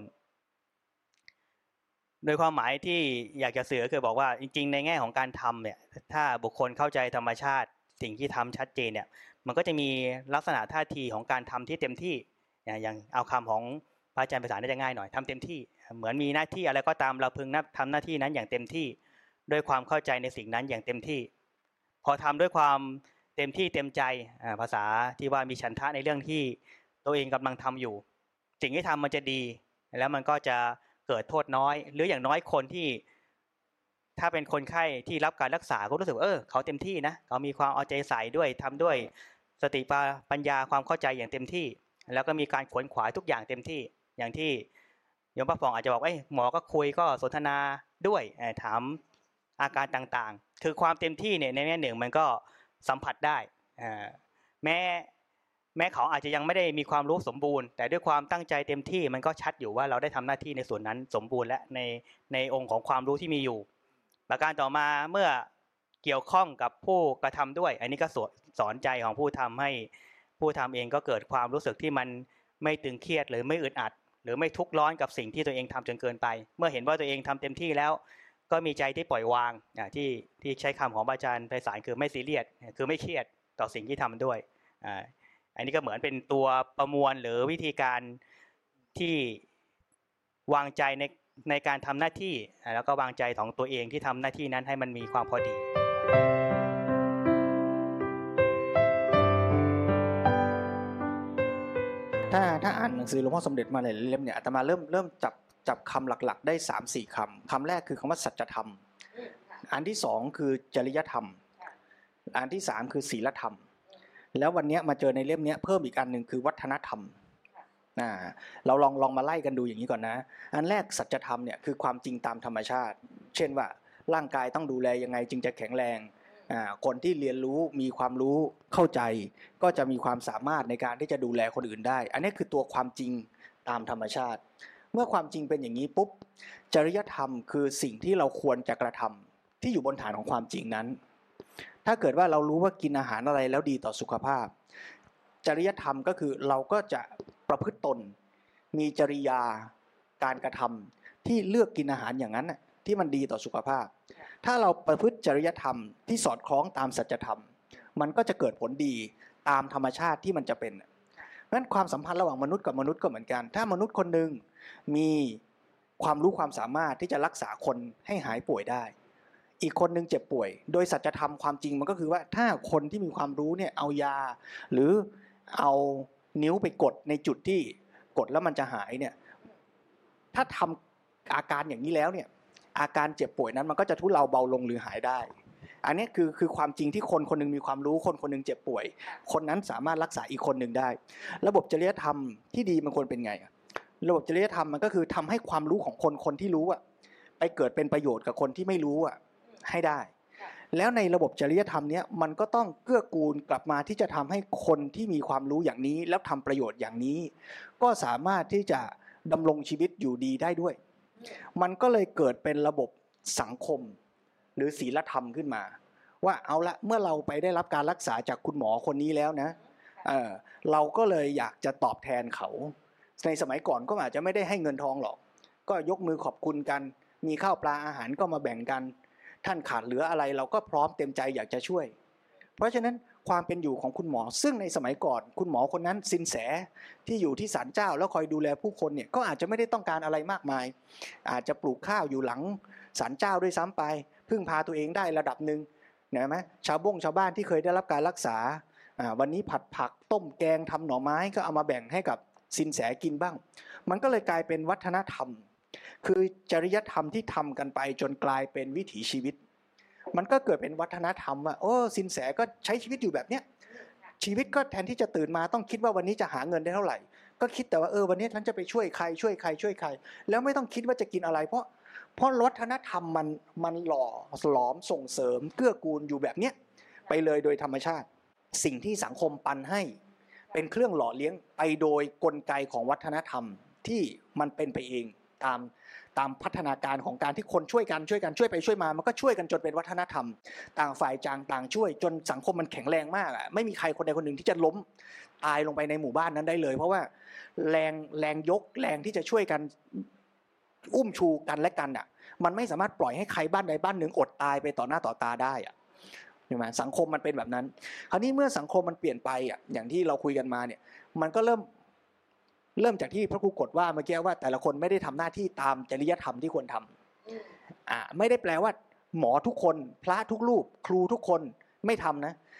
โดยความหมายที่อยากจะสื่อคือบอกว่าจริงๆในแง่ของการทำเนี่ยถ้าบุคคลเข้าใจธรรมชาติสิ่งที่ทำชัดเจนเนี่ยมันก็จะมีลักษณะท่าทีของการทำที่เต็มที่อย่างเอาคำของพระอาจารย์ไพศาลได้จะง่ายหน่อยทำเต็มที่เหมือนมีหน้าที่อะไรก็ตามเราพึงทำหน้าที่นั้นอย่างเต็มที่ด้วยความเข้าใจในสิ่งนั้นอย่างเต็มที่พอทำด้วยความเต็มที่เต็มใจภาษาที่ว่ามีฉันทะในเรื่องที่ตัวเองกำลังทำอยู่สิ่งที่ทำมันจะดีแล้วมันก็จะเกิดโทษน้อยหรืออย่างน้อยคนที่ถ้าเป็นคนไข้ที่รับการรักษาก็รู้สึกเออเขาเต็มที่นะเขามีความเอาใจใส่ด้วยทำด้วยสติปัญญาความเข้าใจอย่างเต็มที่แล้วก็มีการขวนขวายทุกอย่างเต็มที่อย่างที่โยมพระฟองอาจจะบอกเอ้ยหมอก็คุยก็สนทนาด้วยถามอาการต่างๆคือความเต็มที่เนี่ยในแง่หนึ่งมันก็สัมผัสได้แม้แม้เขาอาจจะยังไม่ได้มีความรู้สมบูรณ์แต่ด้วยความตั้งใจเต็มที่มันก็ชัดอยู่ว่าเราได้ทำหน้าที่ในส่วนนั้นสมบูรณ์และในในองค์ของความรู้ที่มีอยู่ประการต่อมาเมื่อเกี่ยวข้องกับผู้กระทำด้วยอันนี้ก็สอนใจของผู้ทำให้ผู้ทำเองก็เกิดความรู้สึกที่มันไม่ตึงเครียดหรือไม่อึดอัดหรือไม่ทุกข์ร้อนกับสิ่งที่ตัวเองทำจนเกินไปเมื่อเห็นว่าตัวเองทำเต็มที่แล้วก็มีใจที่ปล่อยวางที่ที่ใช้คำของอาจารย์ไพศาลคือไม่ซีเรียสคือไม่เครียดต่อสิ่งที่ทำด้วยอันนี้ก็เหมือนเป็นตัวประมวลหรือวิธีการที่วางใจในในการทำหน้าที่แล้วก็วางใจของตัวเองที่ทำหน้าที่นั้นให้มันมีความพอดีถ้าถ้าอ่านหนังสือหลวงพ่อสมเด็จมาหลายเล่มเนี่ยอาตมาเริ่มเริ่มจับจับคำหลักๆได้ สามสี่ คำคำแรกคือคำว่าสัจธรรมอันที่สองคือจริยธรรมอันที่สามคือศีลธรรมแล้ววันนี้มาเจอในเล่มนี้เพิ่มอีกอันหนึ่งคือวัฒนธรรมอ่าเราลองลองมาไล่กันดูอย่างนี้ก่อนนะอันแรกสัจธรรมเนี่ยคือความจริงตามธรรมชาติเช่นว่าร่างกายต้องดูแลยังไงจึงจะแข็งแรงอ่าคนที่เรียนรู้มีความรู้เข้าใจก็จะมีความสามารถในการที่จะดูแลคนอื่นได้อันนี้คือตัวความจริงตามธรรมชาติเมื่อความจริงเป็นอย่างนี้ปุ๊บจริยธรรมคือสิ่งที่เราควรจะกระทำที่อยู่บนฐานของความจริงนั้นถ้าเกิดว่าเรารู้ว่ากินอาหารอะไรแล้วดีต่อสุขภาพจริยธรรมก็คือเราก็จะประพฤติตนมีจริยาการกระทำที่เลือกกินอาหารอย่างนั้นที่มันดีต่อสุขภาพถ้าเราประพฤติจริยธรรมที่สอดคล้องตามสัจธรรมมันก็จะเกิดผลดีตามธรรมชาติที่มันจะเป็นเพราะฉะนั้นความสัมพันธ์ระหว่างมนุษย์กับมนุษย์ก็เหมือนกันถ้ามนุษย์คนนึงมีความรู้ความสามารถที่จะรักษาคนให้หายป่วยได้อีกคนนึงเจ็บป่วยโดยสัจธรรมความจริงมันก็คือว่าถ้าคนที่มีความรู้เนี่ยเอายาหรือเอานิ้วไปกดในจุดที่กดแล้วมันจะหายเนี่ยถ้าทำอาการอย่างนี้แล้วเนี่ยอาการเจ็บป่วยนั้นมันก็จะทุเลาเบาลงหรือหายได้อันนี้คือคือความจริงที่คนคนนึงมีความรู้คนคนนึงเจ็บป่วยคนนั้นสามารถรักษาอีกคนนึงได้ระบบจริยธรรมที่ดีมันควรเป็นไงระบบจริยธรรมมันก็คือทำให้ความรู้ของคนคนที่รู้อะไปเกิดเป็นประโยชน์กับคนที่ไม่รู้อะให้ได้แล้วในระบบจริยธรรมเนี้ยมันก็ต้องเกื้อกูลกลับมาที่จะทำให้คนที่มีความรู้อย่างนี้แล้วทำประโยชน์อย่างนี้ก็สามารถที่จะดำรงชีวิตอยู่ดีได้ด้วยมันก็เลยเกิดเป็นระบบสังคมหรือศีลธรรมขึ้นมาว่าเอาละเมื่อเราไปได้รับการรักษาจากคุณหมอคนนี้แล้วนะเออเราก็เลยอยากจะตอบแทนเขาในสมัยก่อนก็อาจจะไม่ได้ให้เงินทองหรอกก็ยกมือขอบคุณกันมีข้าวปลาอาหารก็มาแบ่งกันท่านขาดเหลืออะไรเราก็พร้อมเต็มใจอยากจะช่วยเพราะฉะนั้นความเป็นอยู่ของคุณหมอซึ่งในสมัยก่อนคุณหมอคนนั้นสินแสที่อยู่ที่ศาลเจ้าแล้วคอยดูแลผู้คนเนี่ยก็อาจจะไม่ได้ต้องการอะไรมากมายอาจจะปลูกข้าวอยู่หลังศาลเจ้าด้วยซ้ำไปพึ่งพาตัวเองได้ระดับนึงเห็นไหมชาวบ้งชาวบ้านที่เคยได้รับการรักษาวันนี้ผัดผักต้มแกงทำหน่อไม้ก็เอามาแบ่งให้กับสินแสกินบ้างมันก็เลยกลายเป็นวัฒนธรรมคือจริยธรรมที่ทำกันไปจนกลายเป็นวิถีชีวิตมันก็เกิดเป็นวัฒนธรรมว่าโอ้สินแสก็ใช้ชีวิตอยู่แบบเนี้ยชีวิตก็แทนที่จะตื่นมาต้องคิดว่าวันนี้จะหาเงินได้เท่าไหร่ก็คิดแต่ว่าเออวันนี้ฉันจะไปช่วยใครช่วยใครช่วยใครแล้วไม่ต้องคิดว่าจะกินอะไรเพราะเพราะวัฒนธรรมมันมันหล่อหลอมส่งเสริมเกื้อกูลอยู่แบบเนี้ยไปเลยโดยธรรมชาติสิ่งที่สังคมปันให้เป็นเครื่องหล่อเลี้ยงไปโดยกลไกของวัฒนธรรมที่มันเป็นไปเองตามตามพัฒนาการของการที่คนช่วยกันช่วยกันช่วยไปช่วยมามันก็ช่วยกันจนเป็นวัฒนธรรมต่างฝ่ายจางต่างช่วยจนสังคมมันแข็งแรงมากอ่ะไม่มีใครคนใดคนหนึ่งที่จะล้มตายลงไปในหมู่บ้านนั้นได้เลยเพราะว่าแรงแรงยกแรงที่จะช่วยกันอุ้มชูกันและกันอ่ะมันไม่สามารถปล่อยให้ใครบ้านใดบ้านหนึ่งอดตายไปต่อหน้าต่อตาได้อ่ะใช่ไหมสังคมมันเป็นแบบนั้นคราวนี้เมื่อสังคมมันเปลี่ยนไปอ่ะอย่างที่เราคุยกันมาเนี่ยมันก็เริ่มเริ่มจากที่พระครูกฎว่าเมื่อกี้ว่าแต่ละคนไม่ได้ทำหน้าที่ตามจริยธรรมที่ควรทำอ่าไม่ได้แปลว่าหมอทุกคนพระทุกรูปครูทุกคนไม่ทำนะ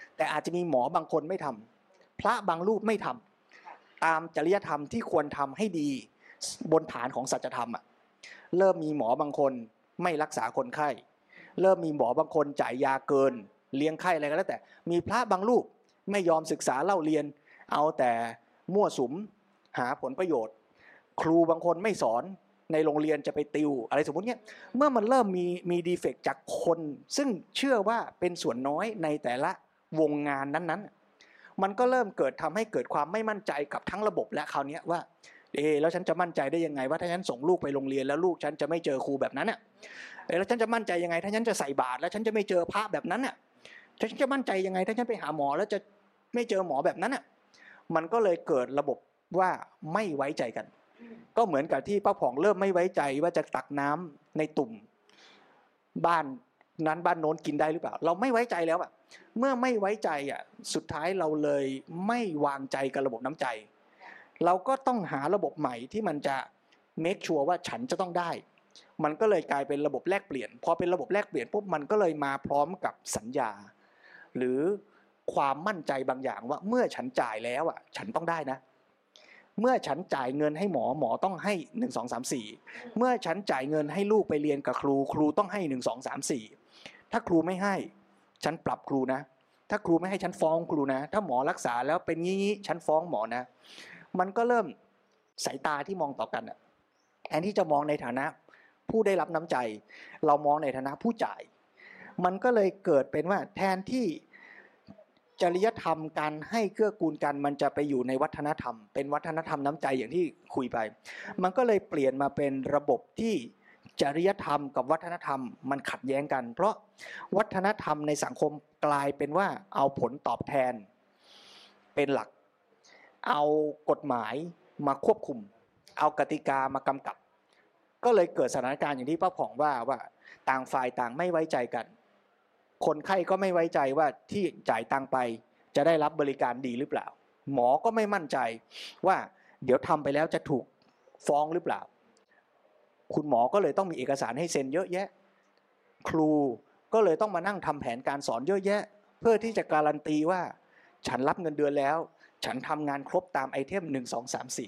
แต่อาจจะมีหมอบางคนไม่ทำพระบางรูปไม่ทำตามจริยธรรมที่ควรทำให้ดีบนฐานของสัจธรรมอ่ะเริ่มมีหมอบางคนไม่รักษาคนไข้เริ่มมีหมอบางคนจ่ายยาเกินเลี้ยงไข้อะไรก็แล้วแต่มีพระบางรูปไม่ยอมศึกษาเล่าเรียนเอาแต่มั่วสุมหาผลประโยชน์ครูบางคนไม่สอนในโรงเรียนจะไปติวอะไรสมมติเนี้ยเมื่อมันเริ่มมีมีดีเฟกต์จากคนซึ่งเชื่อว่าเป็นส่วนน้อยในแต่ละวงงานนั้นๆมันก็เริ่มเกิดทำให้เกิดความไม่มั่นใจกับทั้งระบบและคราวนี้ว่าเออแล้วฉันจะมั่นใจได้ยังไงว่าถ้าฉันส่งลูกไปโรงเรียนแล้วลูกฉันจะไม่เจอครูแบบนั้นอ่ะเออแล้วฉันจะมั่นใจยังไงถ้าฉันจะใส่บาตรแล้วฉันจะไม่เจอพระแบบนั้นอ่ะฉันจะมั่นใจยังไงถ้าฉันไปหาหมอแล้วจะไม่เจอหมอแบบนั้นอ่ะมันก็เลยเกิดระบบว่าไม่ไว้ใจกันก็เหมือนกับที่ป้าผ่องเริ่มไม่ไว้ใจว่าจะตักน้ำในตุ่มบ้านนั้นบ้านโน้นกินได้หรือเปล่าเราไม่ไว้ใจแล้วอ่ะเมื่อไม่ไว้ใจอ่ะสุดท้ายเราเลยไม่วางใจกับระบบน้ำใจเราก็ต้องหาระบบใหม่ที่มันจะ make sure ว่าฉันจะต้องได้มันก็เลยกลายเป็นระบบแลกเปลี่ยนพอเป็นระบบแลกเปลี่ยนปุ๊บมันก็เลยมาพร้อมกับสัญญาหรือความมั่นใจบางอย่างว่าเมื่อฉันจ่ายแล้วอ่ะฉันต้องได้นะเมื่อฉันจ่ายเงินให้หมอหมอต้องให้หนึ่ง สอง สาม สี่เมื่อฉันจ่ายเงินให้ลูกไปเรียนกับครูครูต้องให้หนึ่ง สอง สาม สี่ถ้าครูไม่ให้ฉันปรับครูนะถ้าครูไม่ให้ฉันฟ้องครูนะถ้าหมอรักษาแล้วเป็นงี้ฉันฟ้องหมอนะมันก็เริ่มสายตาที่มองต่อกันอ่ะแทนที่จะมองในฐานะผู้ได้รับน้ำใจเรามองในฐานะผู้จ่ายมันก็เลยเกิดเป็นว่าแทนที่จริยธรรมการให้เกื้อกูลกันมันจะไปอยู่ในวัฒนธรรมเป็นวัฒนธรรมน้ำใจอย่างที่คุยไปมันก็เลยเปลี่ยนมาเป็นระบบที่จริยธรรมกับวัฒนธรรมมันขัดแย้งกันเพราะวัฒนธรรมในสังคมกลายเป็นว่าเอาผลตอบแทนเป็นหลักเอากฎหมายมาควบคุมเอากติกามากำกับก็เลยเกิดสถานการณ์อย่างที่ป้าผ่องว่าว่าต่างฝ่ายต่างไม่ไว้ใจกันคนไข้ก็ไม่ไว้ใจว่าที่จ่ายตังไปจะได้รับบริการดีหรือเปล่าหมอก็ไม่มั่นใจว่าเดี๋ยวทำไปแล้วจะถูกฟ้องหรือเปล่าคุณหมอก็เลยต้องมีเอกสารให้เซ็นเยอะแยะครูก็เลยต้องมานั่งทำแผนการสอนเยอะแยะเพื่อที่จะการันตีว่าฉันรับเงินเดือนแล้วฉันทำงานครบตามไอเทมหนึ่ง สอง สาม สี่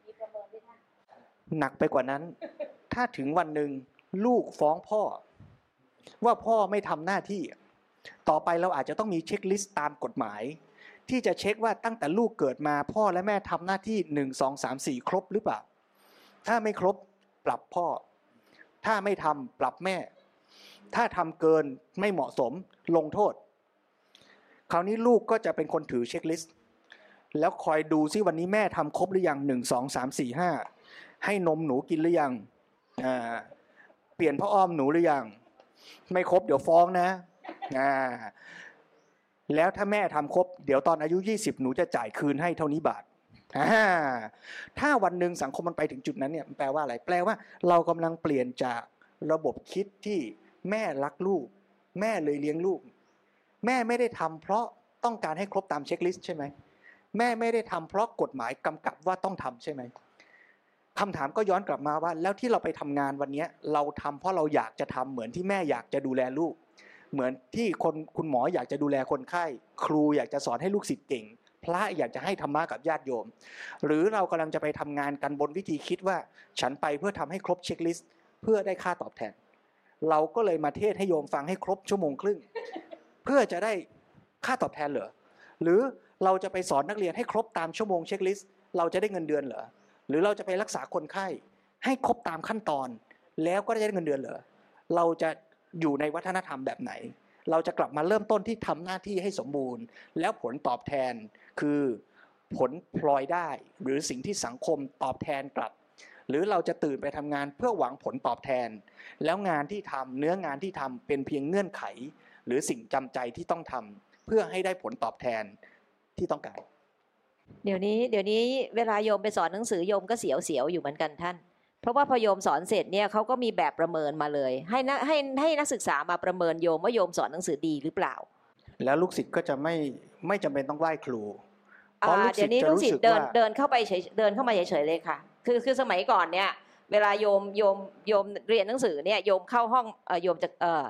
หนักไปกว่านั้นถ้าถึงวันหนึ่งลูกฟ้องพ่อว่าพ่อไม่ทำหน้าที่ต่อไปเราอาจจะต้องมีเช็คลิสต์ตามกฎหมายที่จะเช็คว่าตั้งแต่ลูกเกิดมาพ่อและแม่ทำหน้าที่หนึ่ง สอง สาม สี่ครบหรือเปล่าถ้าไม่ครบปรับพ่อถ้าไม่ทำปรับแม่ถ้าทำเกินไม่เหมาะสมลงโทษคราวนี้ลูกก็จะเป็นคนถือเช็คลิสต์แล้วคอยดูซิวันนี้แม่ทำครบหรือยังหนึ่ง สอง สาม สี่ ห้าให้นมหนูกินหรือยังอ่าเปลี่ยนผ้าอ้อมหนูหรือยังไม่ครบเดี๋ยวฟ้องนะอ่าแล้วถ้าแม่ทำครบเดี๋ยวตอนอายุยี่สิบหนูจะจ่ายคืนให้เท่านี้บาทอ่าถ้าวันหนึ่งสังคมมันไปถึงจุดนั้นเนี่ยแปลว่าอะไรแปลว่าเรากำลังเปลี่ยนจากระบบคิดที่แม่รักลูกแม่เลยเลี้ยงลูกแม่ไม่ได้ทำเพราะต้องการให้ครบตามเช็คลิสต์ใช่ไหมแม่ไม่ได้ทำเพราะกฎหมายกำกับว่าต้องทำใช่ไหมคำถามก็ย้อนกลับมาว่าแล้วที่เราไปทำงานวันนี้เราทำเพราะเราอยากจะทำเหมือนที่แม่อยากจะดูแลลูกเหมือนที่คนคุณหมออยากจะดูแลคนไข้ครูอยากจะสอนให้ลูกศิษย์เก่งพระอยากจะให้ธรรมะกับญาติโยมหรือเรากำลังจะไปทำงานกันบนวิธีคิดว่าฉันไปเพื่อทำให้ครบเช็คลิสต์เพื่อได้ค่าตอบแทนเราก็เลยมาเทศให้โยมฟังให้ครบชั่วโมงครึ่งเพื่อจะได้ค่าตอบแทนเหรอหรือเราจะไปสอนนักเรียนให้ครบตามชั่วโมงเช็คลิสต์เราจะได้เงินเดือนเหรอหรือเราจะไปรักษาคนไข้ให้ครบตามขั้นตอนแล้วก็ได้เงินเดือนเหรอเราจะอยู่ในวัฒนธรรมแบบไหนเราจะกลับมาเริ่มต้นที่ทำหน้าที่ให้สมบูรณ์แล้วผลตอบแทนคือผลพลอยได้หรือสิ่งที่สังคมตอบแทนกลับหรือเราจะตื่นไปทำงานเพื่อหวังผลตอบแทนแล้วงานที่ทำเนื้องานที่ทำเป็นเพียงเงื่อนไขหรือสิ่งจำใจที่ต้องทำเพื่อให้ได้ผลตอบแทนที่ต้องการเดี๋ยวนี้เดี๋ยวนี้เวลาโยมไปสอนหนังสือโยมก็เสียวๆอยู่เหมือนกันท่านเพราะว่าพอโยมสอนเสร็จเนี่ยเขาก็มีแบบประเมินมาเลยให้นักให้ให้นักศึกษามาประเมินโยมว่าโยมสอนหนังสือดีหรือเปล่าแล้วลูกศิษย์ก็จะไม่ไม่จำเป็นต้องไหว้ครูเพราะลูกศิษย์จะรู้สึกว่าเดินเดินเข้าไปเฉยเดินเข้ามาเฉยๆเลยค่ะคือคือสมัยก่อนเนี่ยเวลาโยมโยมโยมเรียนหนังสือเนี่ยโยมเข้าห้องเอ่อโยมจะเอ่อ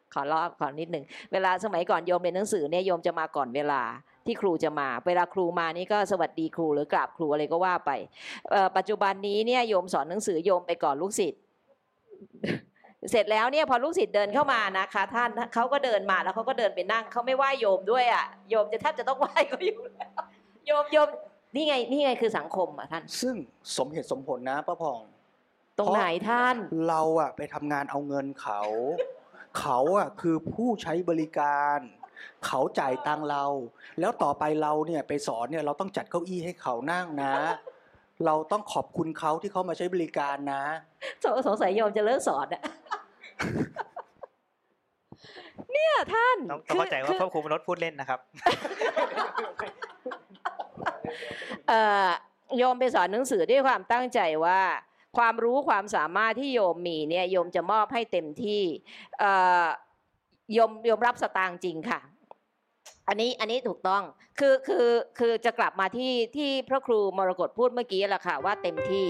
ขอรอบขอนิดหนึ่งเวลาสมัยก่อนโยมเรียนหนังสือเนี่ยโยมจะมาก่อนเวลาที่ครูจะมาเวลาครูมานี่ก็สวัสดีครูหรือกราบครูอะไรก็ว่าไปปัจจุบันนี้เนี่ยโยมสอนหนังสือโยมไปก่อนลูกศิษย์เสร็จแล้วเนี่ยพอลูกศิษย์เดินเข้ามานะคะท่านเขาก็เดินมาแล้วเขาก็เดินไปนั่งเขาไม่ไหว้โยมด้วยอ่ะโยมจะแทบจะต้องไหว้เขาอยู่แล้วโยมโยมนี่ไงนี่ไงคือสังคมอ่ะท่านซึ่งสมเหตุสมผลนะป้าผ่องตรงไหนท่านเราอะไปทำงานเอาเงินเขาเขาอะคือผู้ใช้บริการเขาจ่ายตังเราแล้วต่อไปเราเนี่ยไปสอนเนี่ยเราต้องจัดเก้าอี้ให้เขานั่งนะเราต้องขอบคุณเขาที่เขามาใช้บริการนะสงสัยโยมจะเลิกสอนอะเนี่ยท่านต้องเข้าใจว่าพ่อครูมนุษย์พูดเล่นนะครับเอ่อโยมไปสอนหนังสือด้วยความตั้งใจว่าความรู้ความสามารถที่โยมมีเนี่ยโยมจะมอบให้เต็มที่เอ่อโยมโยมรับสตางค์จริงค่ะอันนี้อันนี้ถูกต้องคือคือคือจะกลับมาที่ที่พระครูมรกตพูดเมื่อกี้แหละค่ะว่าเต็มที่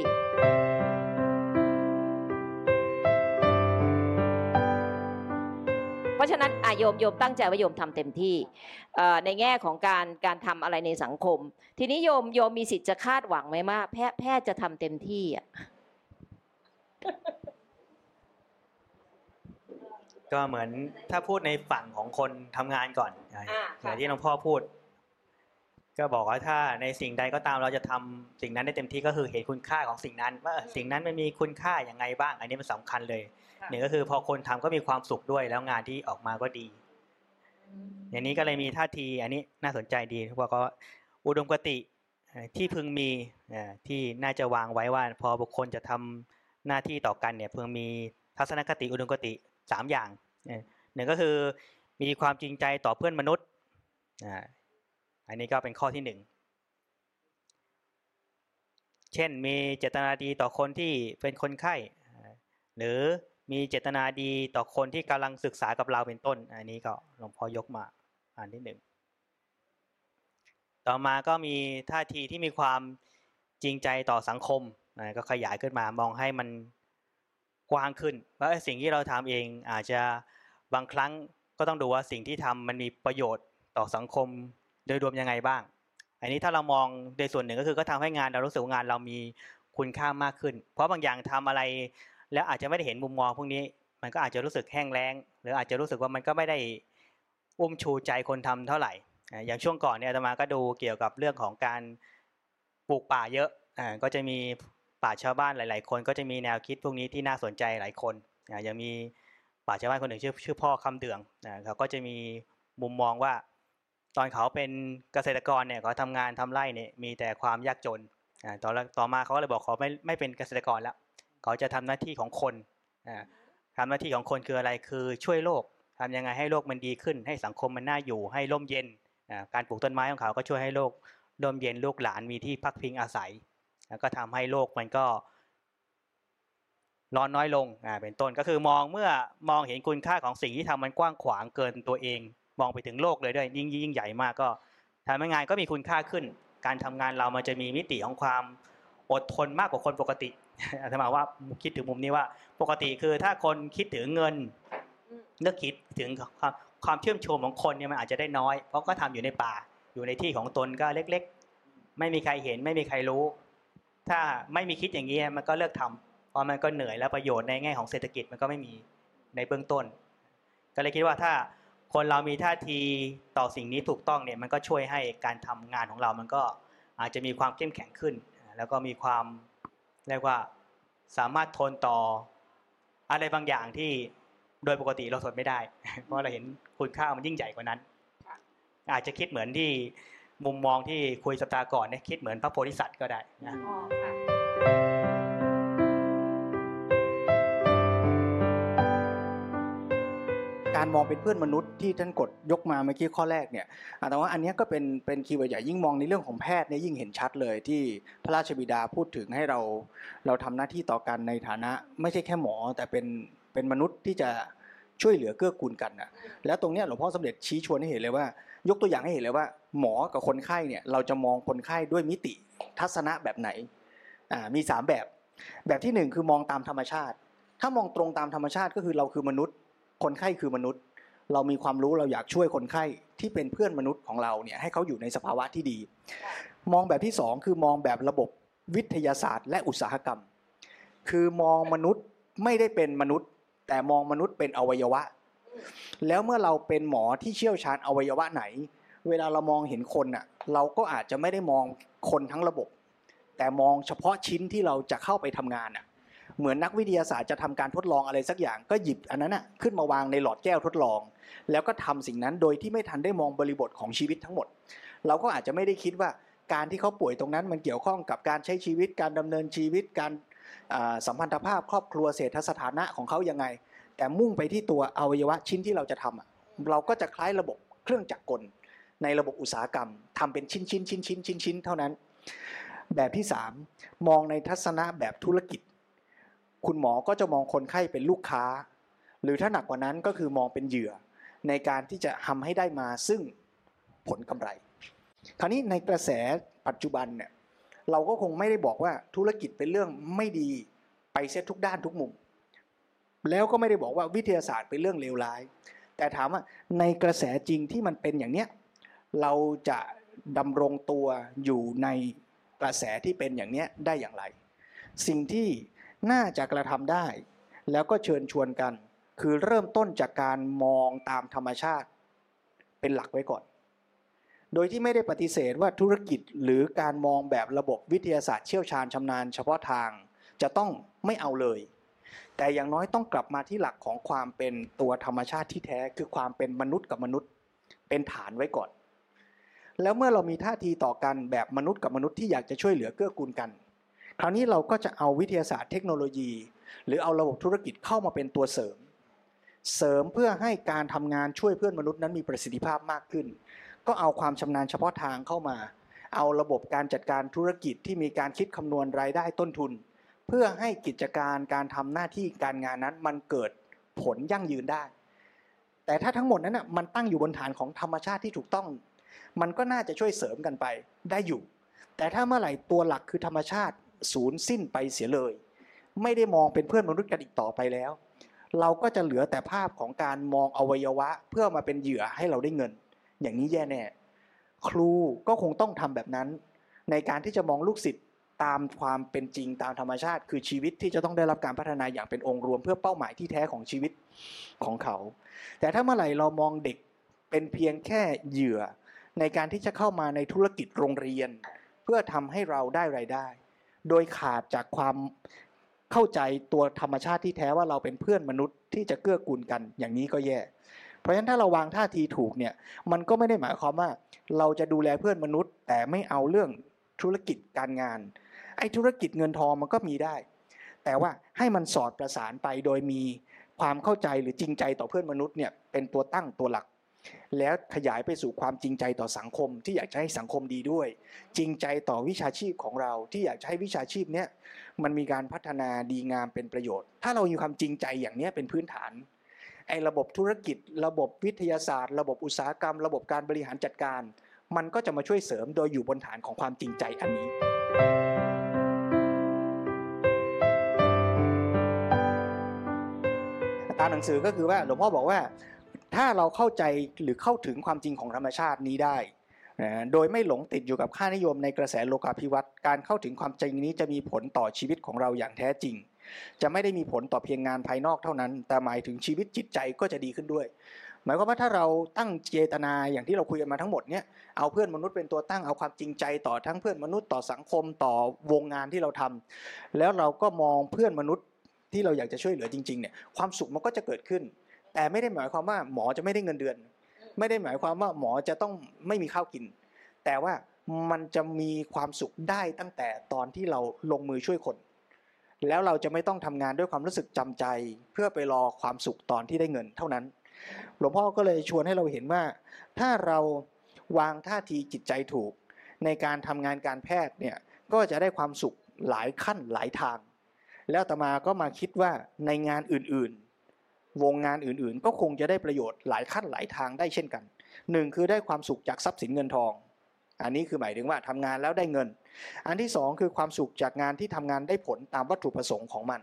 เพราะฉะนั้นโยมโยมตั้งใจว่าโยมทำเต็มที่ในแง่ของการการทำอะไรในสังคมทีนี้โยมโยมมีสิทธิ์จะคาดหวังไหมว่าแพทย์แพทย์จะทำเต็มที่อ่ะก็เหมือนถ้าพูดในฝั่งของคนทำงานก่อนอย่างที่หลวงพ่อพูดก็บอกว่าถ้าในสิ่งใดก็ตามเราจะทำสิ่งนั้นได้เต็มที่ก็คือเห็นคุณค่าของสิ่งนั้นว่าสิ่งนั้นมันมีคุณค่าอย่างไงบ้างอันนี้มันสำคัญเลยหนึ่งก็คือพอคนทำก็มีความสุขด้วยแล้วงานที่ออกมาก็ดีอย่างนี้ก็เลยมีท่าทีอันนี้น่าสนใจดีเพราะว่าอุดมคติที่พึงมีที่น่าจะวางไว้ว่าพอบุคคลจะทำหน้าที่ต่อกันเนี่ยพึงมีทัศนคติอุดมคติสามอย่างหนึ่งก็คือมีความจริงใจต่อเพื่อนมนุษย์อันนี้ก็เป็นข้อที่หนึ่งเช่นมีเจตนาดีต่อคนที่เป็นคนไข้หรือมีเจตนาดีต่อคนที่กำลังศึกษากับเราเป็นต้นอันนี้ก็หลวงพ่อยกมาอันที่หนึ่งต่อมาก็มีท่าทีที่มีความจริงใจต่อสังคมก็ขยายขึ้นมามองให้มันกว้างขึ้นว่าสิ่งที่เราทำเองอาจจะบางครั้งก็ต้องดูว่าสิ่งที่ทำมันมีประโยชน์ต่อสังคมโดยรวมยังไงบ้างอันนี้ถ้าเรามองในส่วนหนึ่งก็คือก็ทำให้งานเรารู้สึกงานเรามีคุณค่ามากขึ้นเพราะบางอย่างทำอะไรแล้วอาจจะไม่ได้เห็นมุมมองพวกนี้มันก็อาจจะรู้สึกแห้งแล้งหรืออาจจะรู้สึกว่ามันก็ไม่ได้อุ้มชูใจคนทำเท่าไหร่อย่างช่วงก่อนเนี่ยอาตมาก็ดูเกี่ยวกับเรื่องของการปลูกป่าเยอะอ่าก็จะมีป่าชาวบ้านหลายๆคนก็จะมีแนวคิดพวกนี้ที่น่าสนใจหลายคนอ่ายังมีป่าชาวบ้านคนหนึ่งชื่อชื่อพ่อคำเดืองอ่าเขาก็จะมีมุมมองว่าตอนเขาเป็นเกษตรกรเนี่ยเขาทำงานทำไร่เนี่ยมีแต่ความยากจนอ่าต่อต่อมาเขาก็เลยบอกเขาไม่ไม่เป็นเกษตรกรแล้วเขาจะทำหน้าที่ของคนอ่าทำหน้าที่ของคนคืออะไรคือช่วยโลกทำยังไงให้โลกมันดีขึ้นให้สังคมมันน่าอยู่ให้ร่มเย็นอ่าการปลูกต้นไม้ของเขาก็ช่วยให้โลกร่มเย็นลูกหลานมีที่พักพิงอาศัยแล้วก็ทำให้โลกมันก็ร้อนน้อยลงอ่าเป็นต้นก็คือมองเมื่อมองเห็นคุณค่าของสิ่งที่ทำมันกว้างขวางเกินตัวเองมองไปถึงโลกเลยด้วยยิ่งยิ่งใหญ่มากก็ทำให้งานก็มีคุณค่าขึ้นการทำงานเรามันจะมีมิติของความอดทนมากกว่าคนปกติอาตมาว่าคิดถึงมุมนี้ว่าปกติคือถ้าคนคิดถึงเงินเลือกคิดถึงความความเชื่อมโยงของคนเนี่ยมันอาจจะได้น้อยเพราะก็ทำอยู่ในป่าอยู่ในที่ของตนก็เล็กๆไม่มีใครเห็นไม่มีใครรู้ถ้าไม่มีคิดอย่างนี้มันก็เลิกทำเพราะมันก็เหนื่อยและประโยชน์ในแง่ของเศรษฐกิจมันก็ไม่มีในเบื้องต้นก็เลยคิดว่าถ้าคนเรามีท่าทีต่อสิ่งนี้ถูกต้องเนี่ยมันก็ช่วยให้การทำงานของเรามันก็อาจจะมีความเข้มแข็งขึ้นแล้วก็มีความเรียกว่าสามารถทนต่ออะไรบางอย่างที่โดยปกติเราทนไม่ได้เพราะเราเห็นคุณค่ามันยิ่งใหญ่กว่านั้นอาจจะคิดเหมือนที่มุมมองที่คุยสัปดาห์ก่อนเนี่ยคิดเหมือนพระโพธิสัตว์ก็ได้นะการมองเป็นเพื่อนมนุษย์ที่ท่านกดยกมาเมื่อกี้ข้อแรกเนี่ยแต่ว่าอันนี้ก็เป็นเป็นคีย์เวิร์ดใหญ่ยิ่งมองในเรื่องของแพทย์เนี่ยยิ่งเห็นชัดเลยที่พระราชบิดาพูดถึงให้เราเราทำหน้าที่ต่อกันในฐานะไม่ใช่แค่หมอแต่เป็นเป็นมนุษย์ที่จะช่วยเหลือเกื้อกูลกันนะแล้วตรงนี้หลวงพ่อสมเด็จชี้ชวนให้เห็นเลยว่ายกตัวอย่างให้เห็นเลยว่าหมอกับคนไข้เนี่ยเราจะมองคนไข้ด้วยมิติทัศนะแบบไหนอ่ามีสามแบบแบบที่หนึ่งคือมองตามธรรมชาติถ้ามองตรงตามธรรมชาติก็คือเราคือมนุษย์คนไข้คือมนุษย์เรามีความรู้เราอยากช่วยคนไข้ที่เป็นเพื่อนมนุษย์ของเราเนี่ยให้เขาอยู่ในสภาวะที่ดีมองแบบที่สองคือมองแบบระบบวิทยาศาสตร์และอุตสาหกรรมคือมองมนุษย์ไม่ได้เป็นมนุษย์แต่มองมนุษย์เป็นอวัยวะแล้วเมื่อเราเป็นหมอที่เชี่ยวชาญอวัยวะไหนเวลาเรามองเห็นคนน่ะเราก็อาจจะไม่ได้มองคนทั้งระบบแต่มองเฉพาะชิ้นที่เราจะเข้าไปทำงานน่ะเหมือนนักวิทยาศาสตร์จะทำการทดลองอะไรสักอย่างก็หยิบอันนั้นน่ะขึ้นมาวางในหลอดแก้วทดลองแล้วก็ทำสิ่งนั้นโดยที่ไม่ทันได้มองบริบทของชีวิตทั้งหมดเราก็อาจจะไม่ได้คิดว่าการที่เขาป่วยตรงนั้นมันเกี่ยวข้องกับการใช้ชีวิตการดำเนินชีวิตการสัมพันธภาพครอบครัวเศรษฐสถานะของเขายังไงแต่มุ่งไปที่ตัวอวัยวะชิ้นที่เราจะทำเราก็จะคล้ายระบบเครื่องจักรกลในระบบอุตสาหกรรมทำเป็นชิ้นชิ้นชิ้นชิ้นชิ้นชิ้นเท่านั้นแบบที่สามมองในทัศนะแบบธุรกิจคุณหมอก็จะมองคนไข้เป็นลูกค้าหรือถ้าหนักกว่านั้นก็คือมองเป็นเหยื่อในการที่จะทำให้ได้มาซึ่งผลกำไรคราวนี้ในกระแสปัจจุบันเนี่ยเราก็คงไม่ได้บอกว่าธุรกิจเป็นเรื่องไม่ดีไปเสียทุกด้านทุกมุมแล้วก็ไม่ได้บอกว่าวิทยาศาสตร์เป็นเรื่องเลวร้ายแต่ถามว่าในกระแสจริงที่มันเป็นอย่างเนี้ยเราจะดำรงตัวอยู่ในกระแสที่เป็นอย่างเนี้ยได้อย่างไรสิ่งที่น่าจะกระทำได้แล้วก็เชิญชวนกันคือเริ่มต้นจากการมองตามธรรมชาติเป็นหลักไว้ก่อนโดยที่ไม่ได้ปฏิเสธว่าธุรกิจหรือการมองแบบระบบวิทยาศาสตร์เชี่ยวชาญชำนาญเฉพาะทางจะต้องไม่เอาเลยแต่อย่างน้อยต้องกลับมาที่หลักของความเป็นตัวธรรมชาติที่แท้คือความเป็นมนุษย์กับมนุษย์เป็นฐานไว้ก่อนแล้วเมื่อเรามีท่าทีต่อกันแบบมนุษย์กับมนุษย์ที่อยากจะช่วยเหลือเกื้อกูลกันคราวนี้เราก็จะเอาวิทยาศาสตร์เทคโนโลยีหรือเอาระบบธุรกิจเข้ามาเป็นตัวเสริมเสริมเพื่อให้การทำงานช่วยเพื่อนมนุษย์นั้นมีประสิทธิภาพมากขึ้นก็เอาความชำนาญเฉพาะทางเข้ามาเอาระบบการจัดการธุรกิจที่มีการคิดคำนวณรายได้ต้นทุนเพื่อให้กิจการการทำหน้าที่การงานนั้นมันเกิดผลยั่งยืนได้แต่ถ้าทั้งหมดนั้นน่ะมันตั้งอยู่บนฐานของธรรมชาติที่ถูกต้องมันก็น่าจะช่วยเสริมกันไปได้อยู่แต่ถ้าเมื่อไหร่ตัวหลักคือธรรมชาติสูญสิ้นไปเสียเลยไม่ได้มองเป็นเพื่อนมนุษย์กันอีกต่อไปแล้วเราก็จะเหลือแต่ภาพของการมองอวัยวะเพื่อมาเป็นเหยื่อให้เราได้เงินอย่างนี้แย่แน่ครูก็คงต้องทำแบบนั้นในการที่จะมองลูกศิษย์ตามความเป็นจริงตามธรรมชาติคือชีวิตที่จะต้องได้รับการพัฒนาอย่างเป็นองค์รวมเพื่อเป้าหมายที่แท้ของชีวิตของเขาแต่ถ้าเมื่อไหร่เรามองเด็กเป็นเพียงแค่เหยื่อในการที่จะเข้ามาในธุรกิจโรงเรียนเพื่อทำให้เราได้รายได้โดยขาดจากความเข้าใจตัวธรรมชาติที่แท้ว่าเราเป็นเพื่อนมนุษย์ที่จะเกื้อกูลกันอย่างนี้ก็แย่เพราะฉะนั้นถ้าเราวางท่าทีถูกเนี่ยมันก็ไม่ได้หมายความว่าเราจะดูแลเพื่อนมนุษย์แต่ไม่เอาเรื่องธุรกิจการงานไอ้ธุรกิจเงินทองมันก็มีได้แต่ว่าให้มันสอดประสานไปโดยมีความเข้าใจหรือจริงใจต่อเพื่อนมนุษย์เนี่ยเป็นตัวตั้งตัวหลักแล้วขยายไปสู่ความจริงใจต่อสังคมที่อยากจะให้สังคมดีด้วยจริงใจต่อวิชาชีพของเราที่อยากจะให้วิชาชีพเนี้ยมันมีการพัฒนาดีงามเป็นประโยชน์ถ้าเรามีความจริงใจอย่างนี้เป็นพื้นฐานไอ้ระบบธุรกิจระบบวิทยาศาสตร์ระบบอุตสาหกรรมระบบการบริหารจัดการมันก็จะมาช่วยเสริมโดยอยู่บนฐานของความจริงใจอันนี้ตามหนังสือก็คือว่าหลวงพ่อบอกว่าถ้าเราเข้าใจหรือเข้าถึงความจริงของธรรมชาตินี้ได้นะโดยไม่หลงติดอยู่กับค่านิยมในกระแสโลกาภิวัตน์การเข้าถึงความจริงนี้จะมีผลต่อชีวิตของเราอย่างแท้จริงจะไม่ได้มีผลต่อเพียงงานภายนอกเท่านั้นแต่หมายถึงชีวิตจิตใจก็จะดีขึ้นด้วยหมายความว่าถ้าเราตั้งเจตนาอย่างที่เราคุยกันมาทั้งหมดเนี่ยเอาเพื่อนมนุษย์เป็นตัวตั้งเอาความจริงใจต่อทั้งเพื่อนมนุษย์ต่อสังคมต่อวงงานที่เราทำแล้วเราก็มองเพื่อนมนุษย์ที่เราอยากจะช่วยเหลือจริงๆเนี่ยความสุขมันก็จะเกิดขึ้นแต่ไม่ได้หมายความว่าหมอจะไม่ได้เงินเดือนไม่ได้หมายความว่าหมอจะต้องไม่มีข้าวกินแต่ว่ามันจะมีความสุขได้ตั้งแต่ตอนที่เราลงมือช่วยคนแล้วเราจะไม่ต้องทำงานด้วยความรู้สึกจำใจเพื่อไปรอความสุขตอนที่ได้เงินเท่านั้นหลวงพ่อก็เลยชวนให้เราเห็นว่าถ้าเราวางท่าทีจิตใจถูกในการทำงานการแพทย์เนี่ยก็จะได้ความสุขหลายขั้นหลายทางแล้วอาตมาก็มาคิดว่าในงานอื่นๆวงงานอื่นๆก็คงจะได้ประโยชน์หลายขั้นหลายทางได้เช่นกันหนึ่งคือได้ความสุขจากทรัพย์สินเงินทองอันนี้คือหมายถึงว่าทำงานแล้วได้เงินอันที่สองคือความสุขจากงานที่ทำงานได้ผลตามวัตถุประสงค์ของมัน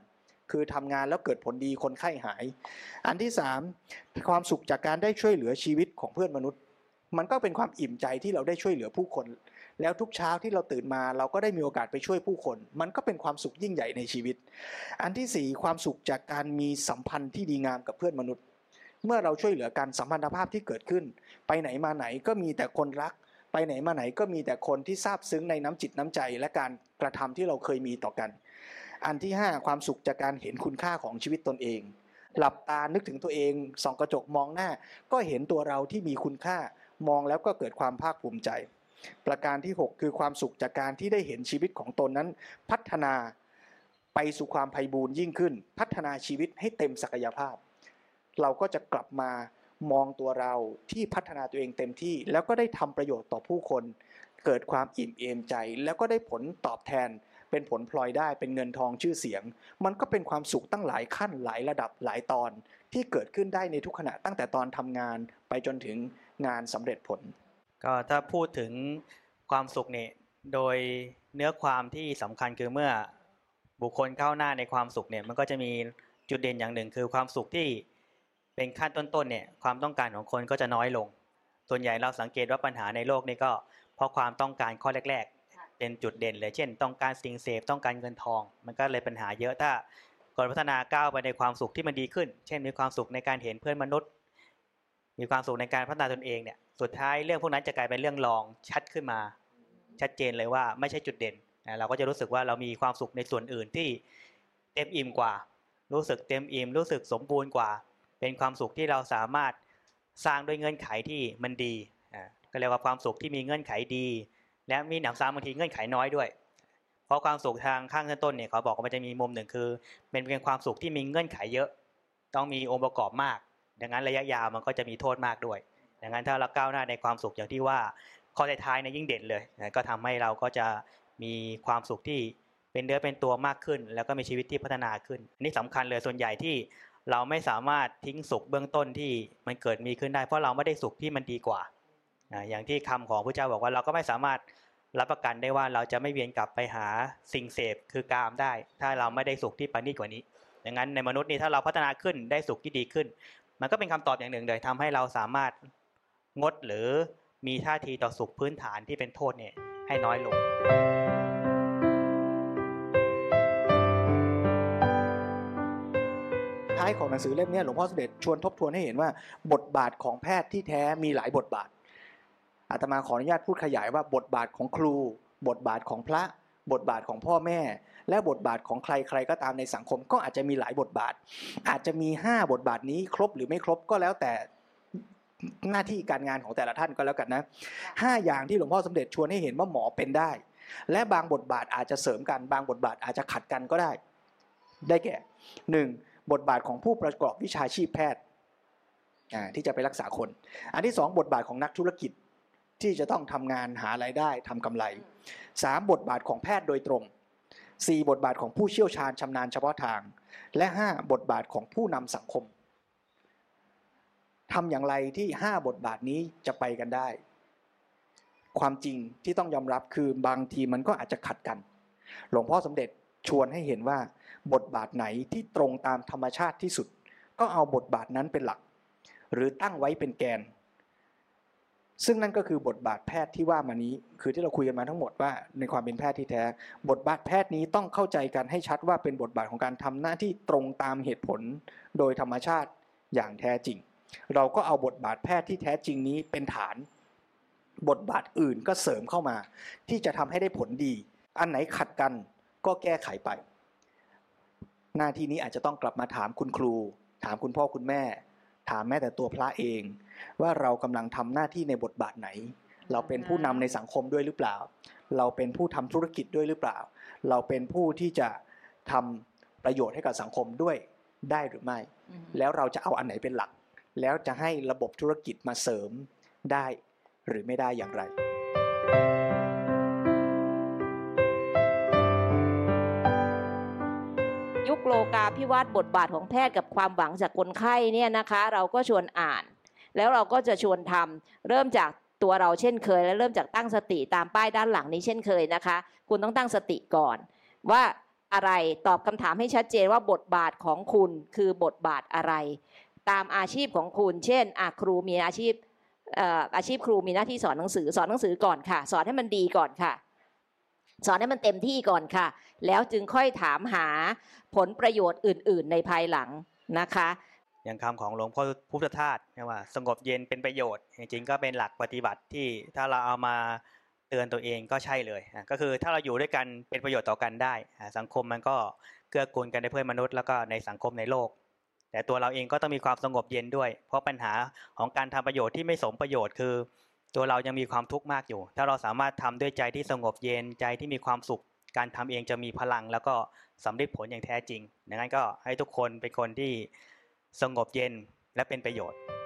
คือทำงานแล้วเกิดผลดีคนไข้หายอันที่สามความสุขจากการได้ช่วยเหลือชีวิตของเพื่อนมนุษย์มันก็เป็นความอิ่มใจที่เราได้ช่วยเหลือผู้คนแล้วทุกเช้าที่เราตื่นมาเราก็ได้มีโอกาสไปช่วยผู้คนมันก็เป็นความสุขยิ่งใหญ่ในชีวิตอันที่สี่ความสุขจากการมีสัมพันธ์ที่ดีงามกับเพื่อนมนุษย์เมื่อเราช่วยเหลือกันสัมพันธภาพที่เกิดขึ้นไปไหนมาไหนก็มีแต่คนรักไปไหนมาไหนก็มีแต่คนที่ซาบซึ้งในน้ำจิตน้ำใจและการกระทำที่เราเคยมีต่อกันอันที่ห้าความสุขจากการเห็นคุณค่าของชีวิตตนเองหลับตานึกถึงตัวเองส่องกระจกมองหน้าก็เห็นตัวเราที่มีคุณค่ามองแล้วก็เกิดความภาคภูมิใจประการที่หกคือความสุขจากการที่ได้เห็นชีวิตของตนนั้นพัฒนาไปสู่ความไพบูรย์ยิ่งขึ้นพัฒนาชีวิตให้เต็มศักยภาพเราก็จะกลับมามองตัวเราที่พัฒนาตัวเองเต็มที่แล้วก็ได้ทำประโยชน์ต่อผู้คนเกิดความอิ่มเอมใจแล้วก็ได้ผลตอบแทนเป็นผลพลอยได้เป็นเงินทองชื่อเสียงมันก็เป็นความสุขตั้งหลายขั้นหลายระดับหลายตอนที่เกิดขึ้นได้ในทุกขณะตั้งแต่ตอนทำงานไปจนถึงงานสำเร็จผลก็ถ้าพูดถึงความสุขเนี่ยโดยเนื้อความที่สำคัญคือเมื่อบุคคลก้าวหน้าในความสุขเนี่ยมันก็จะมีจุดเด่นอย่างหนึ่งคือความสุขที่เป็นขั้นต้นๆเนี่ยความต้องการของคนก็จะน้อยลงส่วนใหญ่เราสังเกตว่าปัญหาในโลกนี้ก็เพราะความต้องการข้อแรกๆเป็นจุดเด่นเลยเช่นต้องการสิ่งเสพต้องการเงินทองมันก็เลยปัญหาเยอะถ้าก่อนพัฒนาก้าวไปในความสุขที่มันดีขึ้นเช่นมีความสุขในการเห็นเพื่อนมนุษย์มีความสุขในการพัฒนาตนเองเนี่ยสุดท้ายเรื่องพวกนั้นจะกลายเป็นเรื่องรองชัดขึ้นมาชัดเจนเลยว่าไม่ใช่จุดเด่นเราก็จะรู้สึกว่าเรามีความสุขในส่วนอื่นที่เต็มอิ่มกว่ารู้สึกเต็มอิ่มรู้สึกสมบูรณ์กว่าเป็นความสุขที่เราสามารถสร้างด้วยเงื่อนไขที่มันดีก็เรียกว่าความสุขที่มีเงื่อนไขดีและมีหนำซ้ำบางทีเงื่อนไขน้อยด้วยเพราะความสุขทางข้างต้นเนี่ยเขาบอกว่ามันจะมีมุมหนึ่งคือเป็นเพียงความสุขที่มีเงื่อนไขเยอะต้องมีองค์ประกอบมากดังนั้นระยะยาวมันก็จะมีโทษมากด้วยดังนั้นถ้าเราก้าวหน้าในความสุขอย่างที่ว่าข้อท้ายๆเนี่ยยิ่งเด่นเลยก็ทำให้เราก็จะมีความสุขที่เป็นเนื้อเป็นตัวมากขึ้นแล้วก็มีชีวิตที่พัฒนาขึ้นอันนี้สำคัญเลยส่วนใหญ่ที่เราไม่สามารถทิ้งสุขเบื้องต้นที่มันเกิดมีขึ้นได้เพราะเราไม่ได้สุขที่มันดีกว่าอย่างที่คำของพระเจ้าบอกว่าเราก็ไม่สามารถรับประกันได้ว่าเราจะไม่เวียนกลับไปหาสิ่งเสพคือกามได้ถ้าเราไม่ได้สุขที่ประณีตกว่านี้ดังนั้นในมนุษย์นี่ถ้าเราพัฒนาขึ้นได้สุขที่ดีขึ้นมันก็เป็นคำตอบอย่างหนึ่งเลยทำให้เราสามารถงดหรือมีท่าทีต่อสุขพื้นฐานที่เป็นโทษเนี่ยให้น้อยลงท้ายของหนังสือเล่มนี้หลวงพ่อสมเด็จชวนทบทวนให้เห็นว่าบทบาทของแพทย์ที่แท้มีหลายบทบาทอาตมาขออนุญาตพูดขยายว่าบทบาทของครูบทบาทของพระบทบาทของพ่อแม่และบทบาทของใครใครก็ตามในสังคมก็อาจจะมีหลายบทบาทอาจจะมีห้าบทบาทนี้ครบหรือไม่ครบก็แล้วแต่หน้าที่การงานของแต่ละท่านก็แล้วกันนะห้าอย่างที่หลวงพ่อสมเด็จชวนให้เห็นว่าหมอเป็นได้และบางบทบาทอาจจะเสริมกันบางบทบาทอาจจะขัดกันก็ได้ได้แก่หนึ่งบทบาทของผู้ประกอบวิชาชีพแพทย์ที่จะไปรักษาคนอันที่สองบทบาทของนักธุรกิจที่จะต้องทำงานหารายได้ทำกำไรสามบทบาทของแพทย์โดยตรงสี่บทบาทของผู้เชี่ยวชาญชำนาญเฉพาะทางและห้าบทบาทของผู้นำสังคมทำอย่างไรที่ห้าบทบาทนี้จะไปกันได้ความจริงที่ต้องยอมรับคือบางทีมันก็อาจจะขัดกันหลวงพ่อสมเด็จชวนให้เห็นว่าบทบาทไหนที่ตรงตามธรรมชาติที่สุดก็เอาบทบาทนั้นเป็นหลักหรือตั้งไว้เป็นแกนซึ่งนั่นก็คือบทบาทแพทย์ที่ว่ามานี้คือที่เราคุยกันมาทั้งหมดว่าในความเป็นแพทย์ที่แท้บทบาทแพทย์นี้ต้องเข้าใจกันให้ชัดว่าเป็นบทบาทของการทำหน้าที่ตรงตามเหตุผลโดยธรรมชาติอย่างแท้จริงเราก็เอาบทบาทแพทย์ที่แท้จริงนี้เป็นฐานบทบาทอื่นก็เสริมเข้ามาที่จะทำให้ได้ผลดีอันไหนขัดกันก็แก้ไขไปหน้าที่นี้อาจจะต้องกลับมาถามคุณครูถามคุณพ่อคุณแม่ถามแม้แต่ตัวพระเองว่าเรากำลังทำหน้าที่ในบทบาทไหนเราเป็นผู้นำในสังคมด้วยหรือเปล่าเราเป็นผู้ทำธุรกิจด้วยหรือเปล่าเราเป็นผู้ที่จะทำประโยชน์ให้กับสังคมด้วยได้หรือไม่แล้วเราจะเอาอันไหนเป็นหลักแล้วจะให้ระบบธุรกิจมาเสริมได้หรือไม่ได้อย่างไรยุคโลกาภิวัตน์บทบาทของแพทย์กับความหวังจากคนไข้เนี่ยนะคะเราก็ชวนอ่านแล้วเราก็จะชวนทำเริ่มจากตัวเราเช่นเคยและเริ่มจากตั้งสติตามป้ายด้านหลังนี้เช่นเคยนะคะคุณต้องตั้งสติก่อนว่าอะไรตอบคำถามให้ชัดเจนว่าบทบาทของคุณคือบทบาทอะไรตามอาชีพของคุณเช่นอ่ะครูมีอาชีพเอ่ออาชีพครูมีหน้าที่สอนหนังสือสอนหนังสือก่อนค่ะสอนให้มันดีก่อนค่ะสอนให้มันเต็มที่ก่อนค่ะแล้วจึงค่อยถามหาผลประโยชน์อื่นๆในภายหลังนะคะอย่างคำของหลวงพ่อพุทธทาสว่าสงบเย็นเป็นประโยชน์จริงๆก็เป็นหลักปฏิบัติที่ถ้าเราเอามาเตือนตัวเองก็ใช่เลยก็คือถ้าเราอยู่ด้วยกันเป็นประโยชน์ต่อกันได้สังคมมันก็เกื้อกูลกันในเพื่อนมนุษย์แล้วก็ในสังคมในโลกแต่ตัวเราเองก็ต้องมีความสงบเย็นด้วยเพราะปัญหาของการทำประโยชน์ที่ไม่สมประโยชน์คือตัวเรายังมีความทุกข์มากอยู่ถ้าเราสามารถทำด้วยใจที่สงบเย็นใจที่มีความสุขการทำเองจะมีพลังแล้วก็สำเร็จผลอย่างแท้จริงดังนั้นก็ให้ทุกคนเป็นคนที่สงบเย็นและเป็นประโยชน์